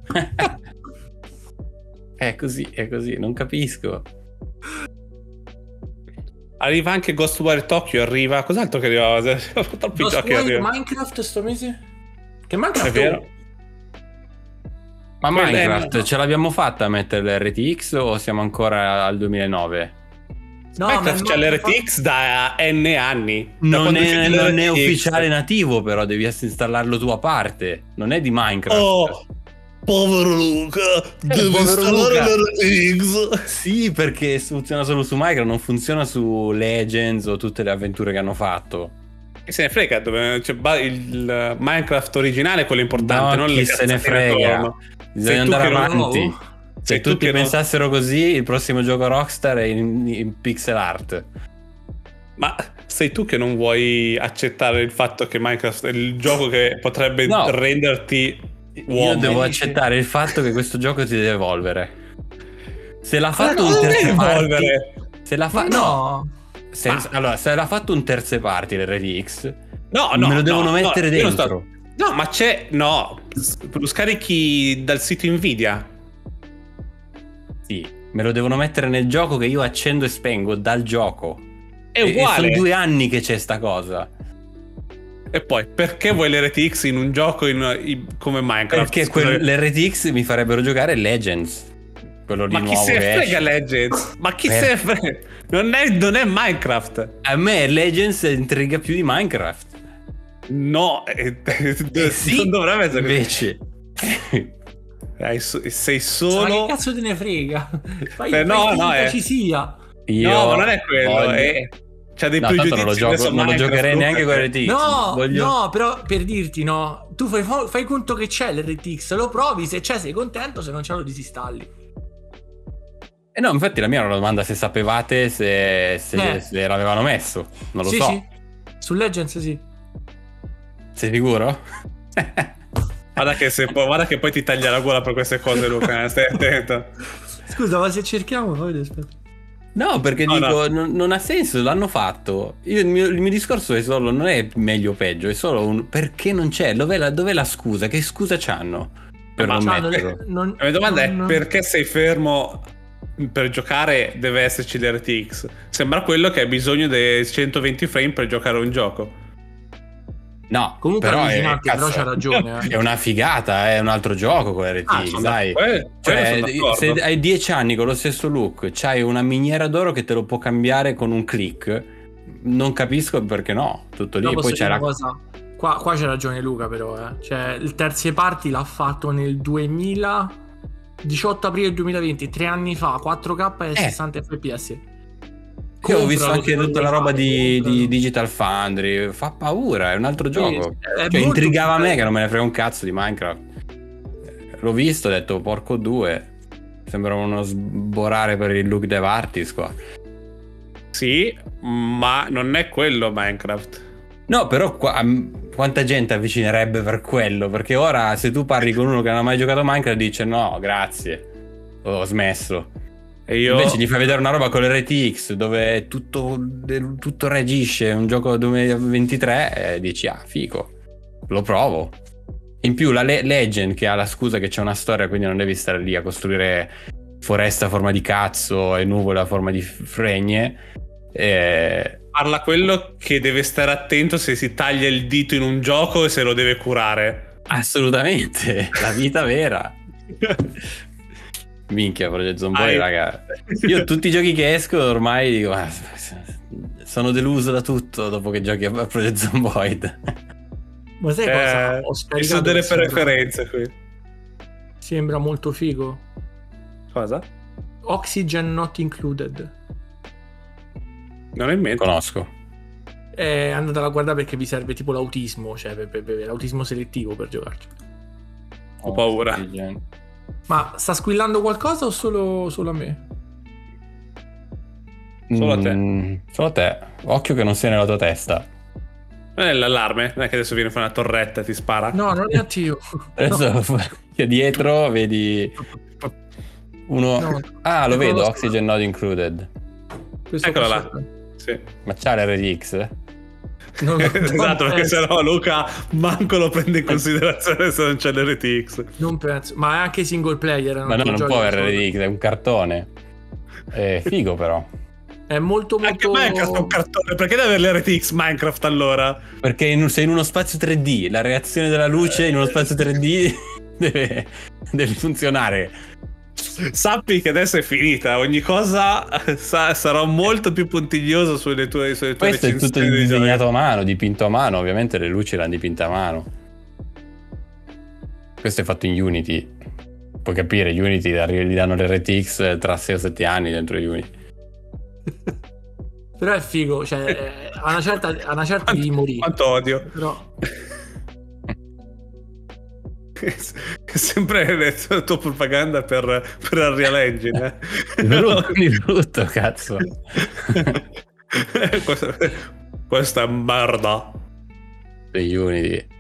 [SPEAKER 2] È così, è così, non capisco.
[SPEAKER 1] Arriva anche Ghostwire Tokyo, arriva. Cos'altro che arriva? Troppi
[SPEAKER 3] Lo
[SPEAKER 1] giochi
[SPEAKER 3] Squire
[SPEAKER 1] arrivano.
[SPEAKER 3] Minecraft sto mese? Che Minecraft
[SPEAKER 1] È vero.
[SPEAKER 2] Ma
[SPEAKER 1] Quella è-
[SPEAKER 2] Minecraft ce l'abbiamo fatta a mettere l'R T X o siamo ancora al duemilanove?
[SPEAKER 3] No,
[SPEAKER 1] Minecraft
[SPEAKER 3] ma
[SPEAKER 1] c'è
[SPEAKER 3] no,
[SPEAKER 1] l'R T X da N anni. Da
[SPEAKER 2] Non
[SPEAKER 1] quando
[SPEAKER 2] è,
[SPEAKER 1] uscì
[SPEAKER 2] non è
[SPEAKER 1] l'R T X.
[SPEAKER 2] ufficiale nativo, però devi installarlo tu a parte. Non è di Minecraft.
[SPEAKER 1] Oh, povero Luca, devi
[SPEAKER 2] povero
[SPEAKER 1] installare
[SPEAKER 2] Luca.
[SPEAKER 1] l'R T X.
[SPEAKER 2] Sì, perché funziona solo su Minecraft, non funziona su Legends o tutte le avventure che hanno fatto.
[SPEAKER 1] Che se ne frega, dove c'è ba- il Minecraft originale, quello importante,
[SPEAKER 2] No,
[SPEAKER 1] non
[SPEAKER 2] chi
[SPEAKER 1] le
[SPEAKER 2] se ne
[SPEAKER 1] cazzate
[SPEAKER 2] frega.
[SPEAKER 1] intorno.
[SPEAKER 2] Bisogna
[SPEAKER 1] Sei tu
[SPEAKER 2] andare
[SPEAKER 1] che non-
[SPEAKER 2] avanti.
[SPEAKER 3] no.
[SPEAKER 2] Se
[SPEAKER 1] Sei tu
[SPEAKER 2] tutti
[SPEAKER 1] che non-
[SPEAKER 2] pensassero così, il prossimo gioco Rockstar è in, in pixel art.
[SPEAKER 1] Ma sei tu che non vuoi accettare il fatto che Minecraft è il gioco che potrebbe
[SPEAKER 2] No.
[SPEAKER 1] renderti
[SPEAKER 2] Io
[SPEAKER 1] uomo?
[SPEAKER 2] devo
[SPEAKER 3] Dici-
[SPEAKER 2] accettare il fatto che questo gioco si deve evolvere. Se l'ha fatto
[SPEAKER 1] Cosa
[SPEAKER 2] un terze
[SPEAKER 1] deve
[SPEAKER 2] parti,
[SPEAKER 1] evolvere?
[SPEAKER 2] se l'ha fa-
[SPEAKER 3] no.
[SPEAKER 2] no, se,
[SPEAKER 1] Ma-
[SPEAKER 2] allora se l'ha fatto un terze parti l'R T X,
[SPEAKER 1] No, no,
[SPEAKER 2] me lo devono
[SPEAKER 1] no,
[SPEAKER 2] mettere
[SPEAKER 1] no, io non
[SPEAKER 2] dentro.
[SPEAKER 1] sto- No, ma c'è. No, lo scarichi dal sito Nvidia.
[SPEAKER 2] Sì, me lo devono mettere nel gioco che io accendo e spengo dal gioco.
[SPEAKER 1] È
[SPEAKER 2] E- e
[SPEAKER 1] uguale.
[SPEAKER 2] sono due anni che c'è sta cosa.
[SPEAKER 1] E poi, perché vuoi l'R T X in un gioco in- in- come Minecraft?
[SPEAKER 2] Perché
[SPEAKER 1] Scusa,
[SPEAKER 2] quel- l'R T X mi farebbero giocare Legends. Quello di
[SPEAKER 1] Ma chi
[SPEAKER 2] nuovo
[SPEAKER 1] se ne
[SPEAKER 2] che
[SPEAKER 1] frega
[SPEAKER 2] esce.
[SPEAKER 1] Legends? Ma chi
[SPEAKER 2] Per-
[SPEAKER 1] se ne frega? Non è, non è Minecraft.
[SPEAKER 2] A me Legends intriga più di Minecraft.
[SPEAKER 1] No, eh,
[SPEAKER 2] Eh sì,
[SPEAKER 1] non dovrebbe essere così.
[SPEAKER 2] invece.
[SPEAKER 1] Hai so- sei
[SPEAKER 3] Ma che
[SPEAKER 1] solo.
[SPEAKER 3] cazzo te ne frega? Fai,
[SPEAKER 1] Eh,
[SPEAKER 3] fai
[SPEAKER 1] no,
[SPEAKER 3] finta
[SPEAKER 1] no, è-
[SPEAKER 3] ci sia.
[SPEAKER 2] Io
[SPEAKER 1] No, ma non è quello.
[SPEAKER 2] voglio-
[SPEAKER 1] È... C'ha dei
[SPEAKER 2] No, tanto
[SPEAKER 1] pregiudizi
[SPEAKER 2] non lo, gioco-
[SPEAKER 1] verso
[SPEAKER 2] non lo
[SPEAKER 1] Minecraft,
[SPEAKER 2] giocherei
[SPEAKER 1] Luca,
[SPEAKER 2] neanche con
[SPEAKER 1] che-
[SPEAKER 2] l'R T X.
[SPEAKER 3] No,
[SPEAKER 2] Voglio-
[SPEAKER 3] no, però per dirti no, tu fai, fai conto che c'è l'R T X, lo provi, se c'è sei contento, se non c'è lo disinstalli.
[SPEAKER 2] Eh no, infatti la mia era una domanda se sapevate se, se,
[SPEAKER 3] Eh.
[SPEAKER 2] se l'avevano messo. Non lo
[SPEAKER 3] sì,
[SPEAKER 2] so.
[SPEAKER 3] sì. Su Legends sì.
[SPEAKER 2] Sei sicuro?
[SPEAKER 1] Guarda che, se poi, guarda che poi ti taglia la gola per queste cose, Luca. eh, Stai attento.
[SPEAKER 3] Scusa, ma se cerchiamo poi aspetta.
[SPEAKER 2] No, perché
[SPEAKER 1] no,
[SPEAKER 2] dico,
[SPEAKER 1] no.
[SPEAKER 2] Non, non ha senso, l'hanno fatto. Io, il, mio, il mio discorso è solo, non è meglio o peggio, è solo un perché non c'è, dov'è la, dov'è la scusa, che scusa c'hanno per
[SPEAKER 1] Ma
[SPEAKER 2] non
[SPEAKER 3] c'hanno-
[SPEAKER 2] metterlo?
[SPEAKER 3] non-
[SPEAKER 1] La mia domanda
[SPEAKER 3] non-
[SPEAKER 1] è perché sei fermo per giocare deve esserci l'R T X? Sembra quello che ha bisogno dei centoventi frame per giocare un gioco.
[SPEAKER 2] No,
[SPEAKER 3] Comunque
[SPEAKER 2] però, è,
[SPEAKER 3] allucinante, però
[SPEAKER 2] cazzo,
[SPEAKER 3] c'ha ragione. eh.
[SPEAKER 2] è una figata, è un altro gioco con l'R T X,
[SPEAKER 1] Ah, sono
[SPEAKER 2] dai.
[SPEAKER 1] d'accordo. Que- quello
[SPEAKER 2] Cioè,
[SPEAKER 1] sono d'accordo.
[SPEAKER 2] se hai dieci anni con lo stesso look, c'hai una miniera d'oro che te lo può cambiare con un click, non capisco perché no, tutto lì.
[SPEAKER 3] Però posso
[SPEAKER 2] Poi
[SPEAKER 3] dire
[SPEAKER 2] c'era
[SPEAKER 3] una cosa, qua, qua c'è ragione Luca però, eh. Cioè il terze parti l'ha fatto nel duemila diciotto aprile duemilaventi, tre anni fa, quattro K e
[SPEAKER 2] Eh.
[SPEAKER 3] sessanta F P S.
[SPEAKER 2] Io ho visto
[SPEAKER 3] Compralo,
[SPEAKER 2] anche
[SPEAKER 3] se non
[SPEAKER 2] tutta
[SPEAKER 3] lo
[SPEAKER 2] la roba
[SPEAKER 3] fai,
[SPEAKER 2] di,
[SPEAKER 3] compralo.
[SPEAKER 2] di Digital Foundry, fa paura, è un altro gioco.
[SPEAKER 3] è
[SPEAKER 2] Cioè,
[SPEAKER 3] molto
[SPEAKER 2] intrigava
[SPEAKER 3] più
[SPEAKER 2] me
[SPEAKER 3] bello.
[SPEAKER 2] che non me ne frega un cazzo di Minecraft. L'ho visto, ho detto porco due, sembra uno sborare per il look dev artist qua.
[SPEAKER 1] Sì, ma non è quello Minecraft.
[SPEAKER 2] No, però qua, m, quanta gente avvicinerebbe per quello? Perché ora se tu parli con uno che non ha mai giocato a Minecraft dice no, grazie, ho smesso.
[SPEAKER 1] E io
[SPEAKER 2] Invece gli fai vedere una roba con l'R T X dove tutto, tutto reagisce, un gioco duemilaventitré e dici ah, figo, lo provo. In più la Le- Legend che ha la scusa che c'è una storia, quindi non devi stare lì a costruire foresta a forma di cazzo e nuvole a forma di fregne. E...
[SPEAKER 1] parla quello che deve stare attento se si taglia il dito in un gioco e se lo deve curare.
[SPEAKER 2] assolutamente, la vita vera. Minchia, Project Zomboid,
[SPEAKER 1] Hai-
[SPEAKER 2] raga. Io tutti i giochi che escono ormai dico ah, sono deluso da tutto dopo che giochi a Project Zomboid.
[SPEAKER 3] Ma sai
[SPEAKER 1] Eh,
[SPEAKER 3] cosa? Ho
[SPEAKER 1] ci
[SPEAKER 3] scaricato
[SPEAKER 1] sono delle
[SPEAKER 3] che sembra-
[SPEAKER 1] preferenze qui.
[SPEAKER 3] Sembra molto figo.
[SPEAKER 1] Cosa?
[SPEAKER 3] Oxygen not included.
[SPEAKER 1] Non è in mente.
[SPEAKER 2] Conosco.
[SPEAKER 3] Eh, andatela a guardare perché vi serve tipo l'autismo, cioè per, per- per- l'autismo selettivo per giocarci.
[SPEAKER 1] Ho paura.
[SPEAKER 3] Ma sta squillando qualcosa o solo, solo a me?
[SPEAKER 1] Solo a te.
[SPEAKER 2] Mm, solo a te. Occhio che non sia nella tua testa.
[SPEAKER 1] Non è l'allarme, non è che adesso viene fuori una torretta e ti spara.
[SPEAKER 3] No, non è attivo.
[SPEAKER 2] Adesso che dietro vedi uno.
[SPEAKER 3] No.
[SPEAKER 2] Ah, lo
[SPEAKER 3] No,
[SPEAKER 2] vedo,
[SPEAKER 3] lo so.
[SPEAKER 2] Oxygen not included.
[SPEAKER 3] Questo
[SPEAKER 1] Eccola là.
[SPEAKER 3] posso-
[SPEAKER 1] Sì.
[SPEAKER 2] Ma c'ha l'R T X?
[SPEAKER 3] Non lo-
[SPEAKER 1] Esatto,
[SPEAKER 3] non
[SPEAKER 1] perché
[SPEAKER 3] penso,
[SPEAKER 1] sennò Luca manco lo prende in considerazione se non c'è l'R T X.
[SPEAKER 3] non penso. Ma è anche single player.
[SPEAKER 2] Ma no,
[SPEAKER 3] tutti i
[SPEAKER 2] non
[SPEAKER 3] giochi
[SPEAKER 2] può
[SPEAKER 3] che
[SPEAKER 2] avere
[SPEAKER 3] sono-
[SPEAKER 2] l'R T X, è un cartone. È figo però.
[SPEAKER 3] È molto
[SPEAKER 1] Anche
[SPEAKER 3] molto.
[SPEAKER 1] Minecraft è un cartone, perché deve avere l'R T X Minecraft allora?
[SPEAKER 2] Perché in- sei in uno spazio tre D, la reazione della luce in uno spazio tre D deve, deve funzionare.
[SPEAKER 1] Sappi che adesso è finita, ogni cosa sa- sarò molto più puntiglioso sulle tue, sulle tue
[SPEAKER 2] Questo è tutto
[SPEAKER 1] recensioni dei giochi.
[SPEAKER 2] disegnato a mano, dipinto a mano, ovviamente le luci l'hanno dipinte a mano. Questo è fatto in Unity. Puoi capire, Unity arri- gli danno l'R T X tra sei o sette anni dentro Unity.
[SPEAKER 3] Però è figo, cioè eh, a una certa, a una certa devi morire.
[SPEAKER 1] Quanto odio.
[SPEAKER 3] Però
[SPEAKER 1] È sempre la tua propaganda per, per Unreal Engine. eh.
[SPEAKER 2] Di brutto, di brutto, cazzo.
[SPEAKER 1] questa, questa è merda.
[SPEAKER 2] Di Unity.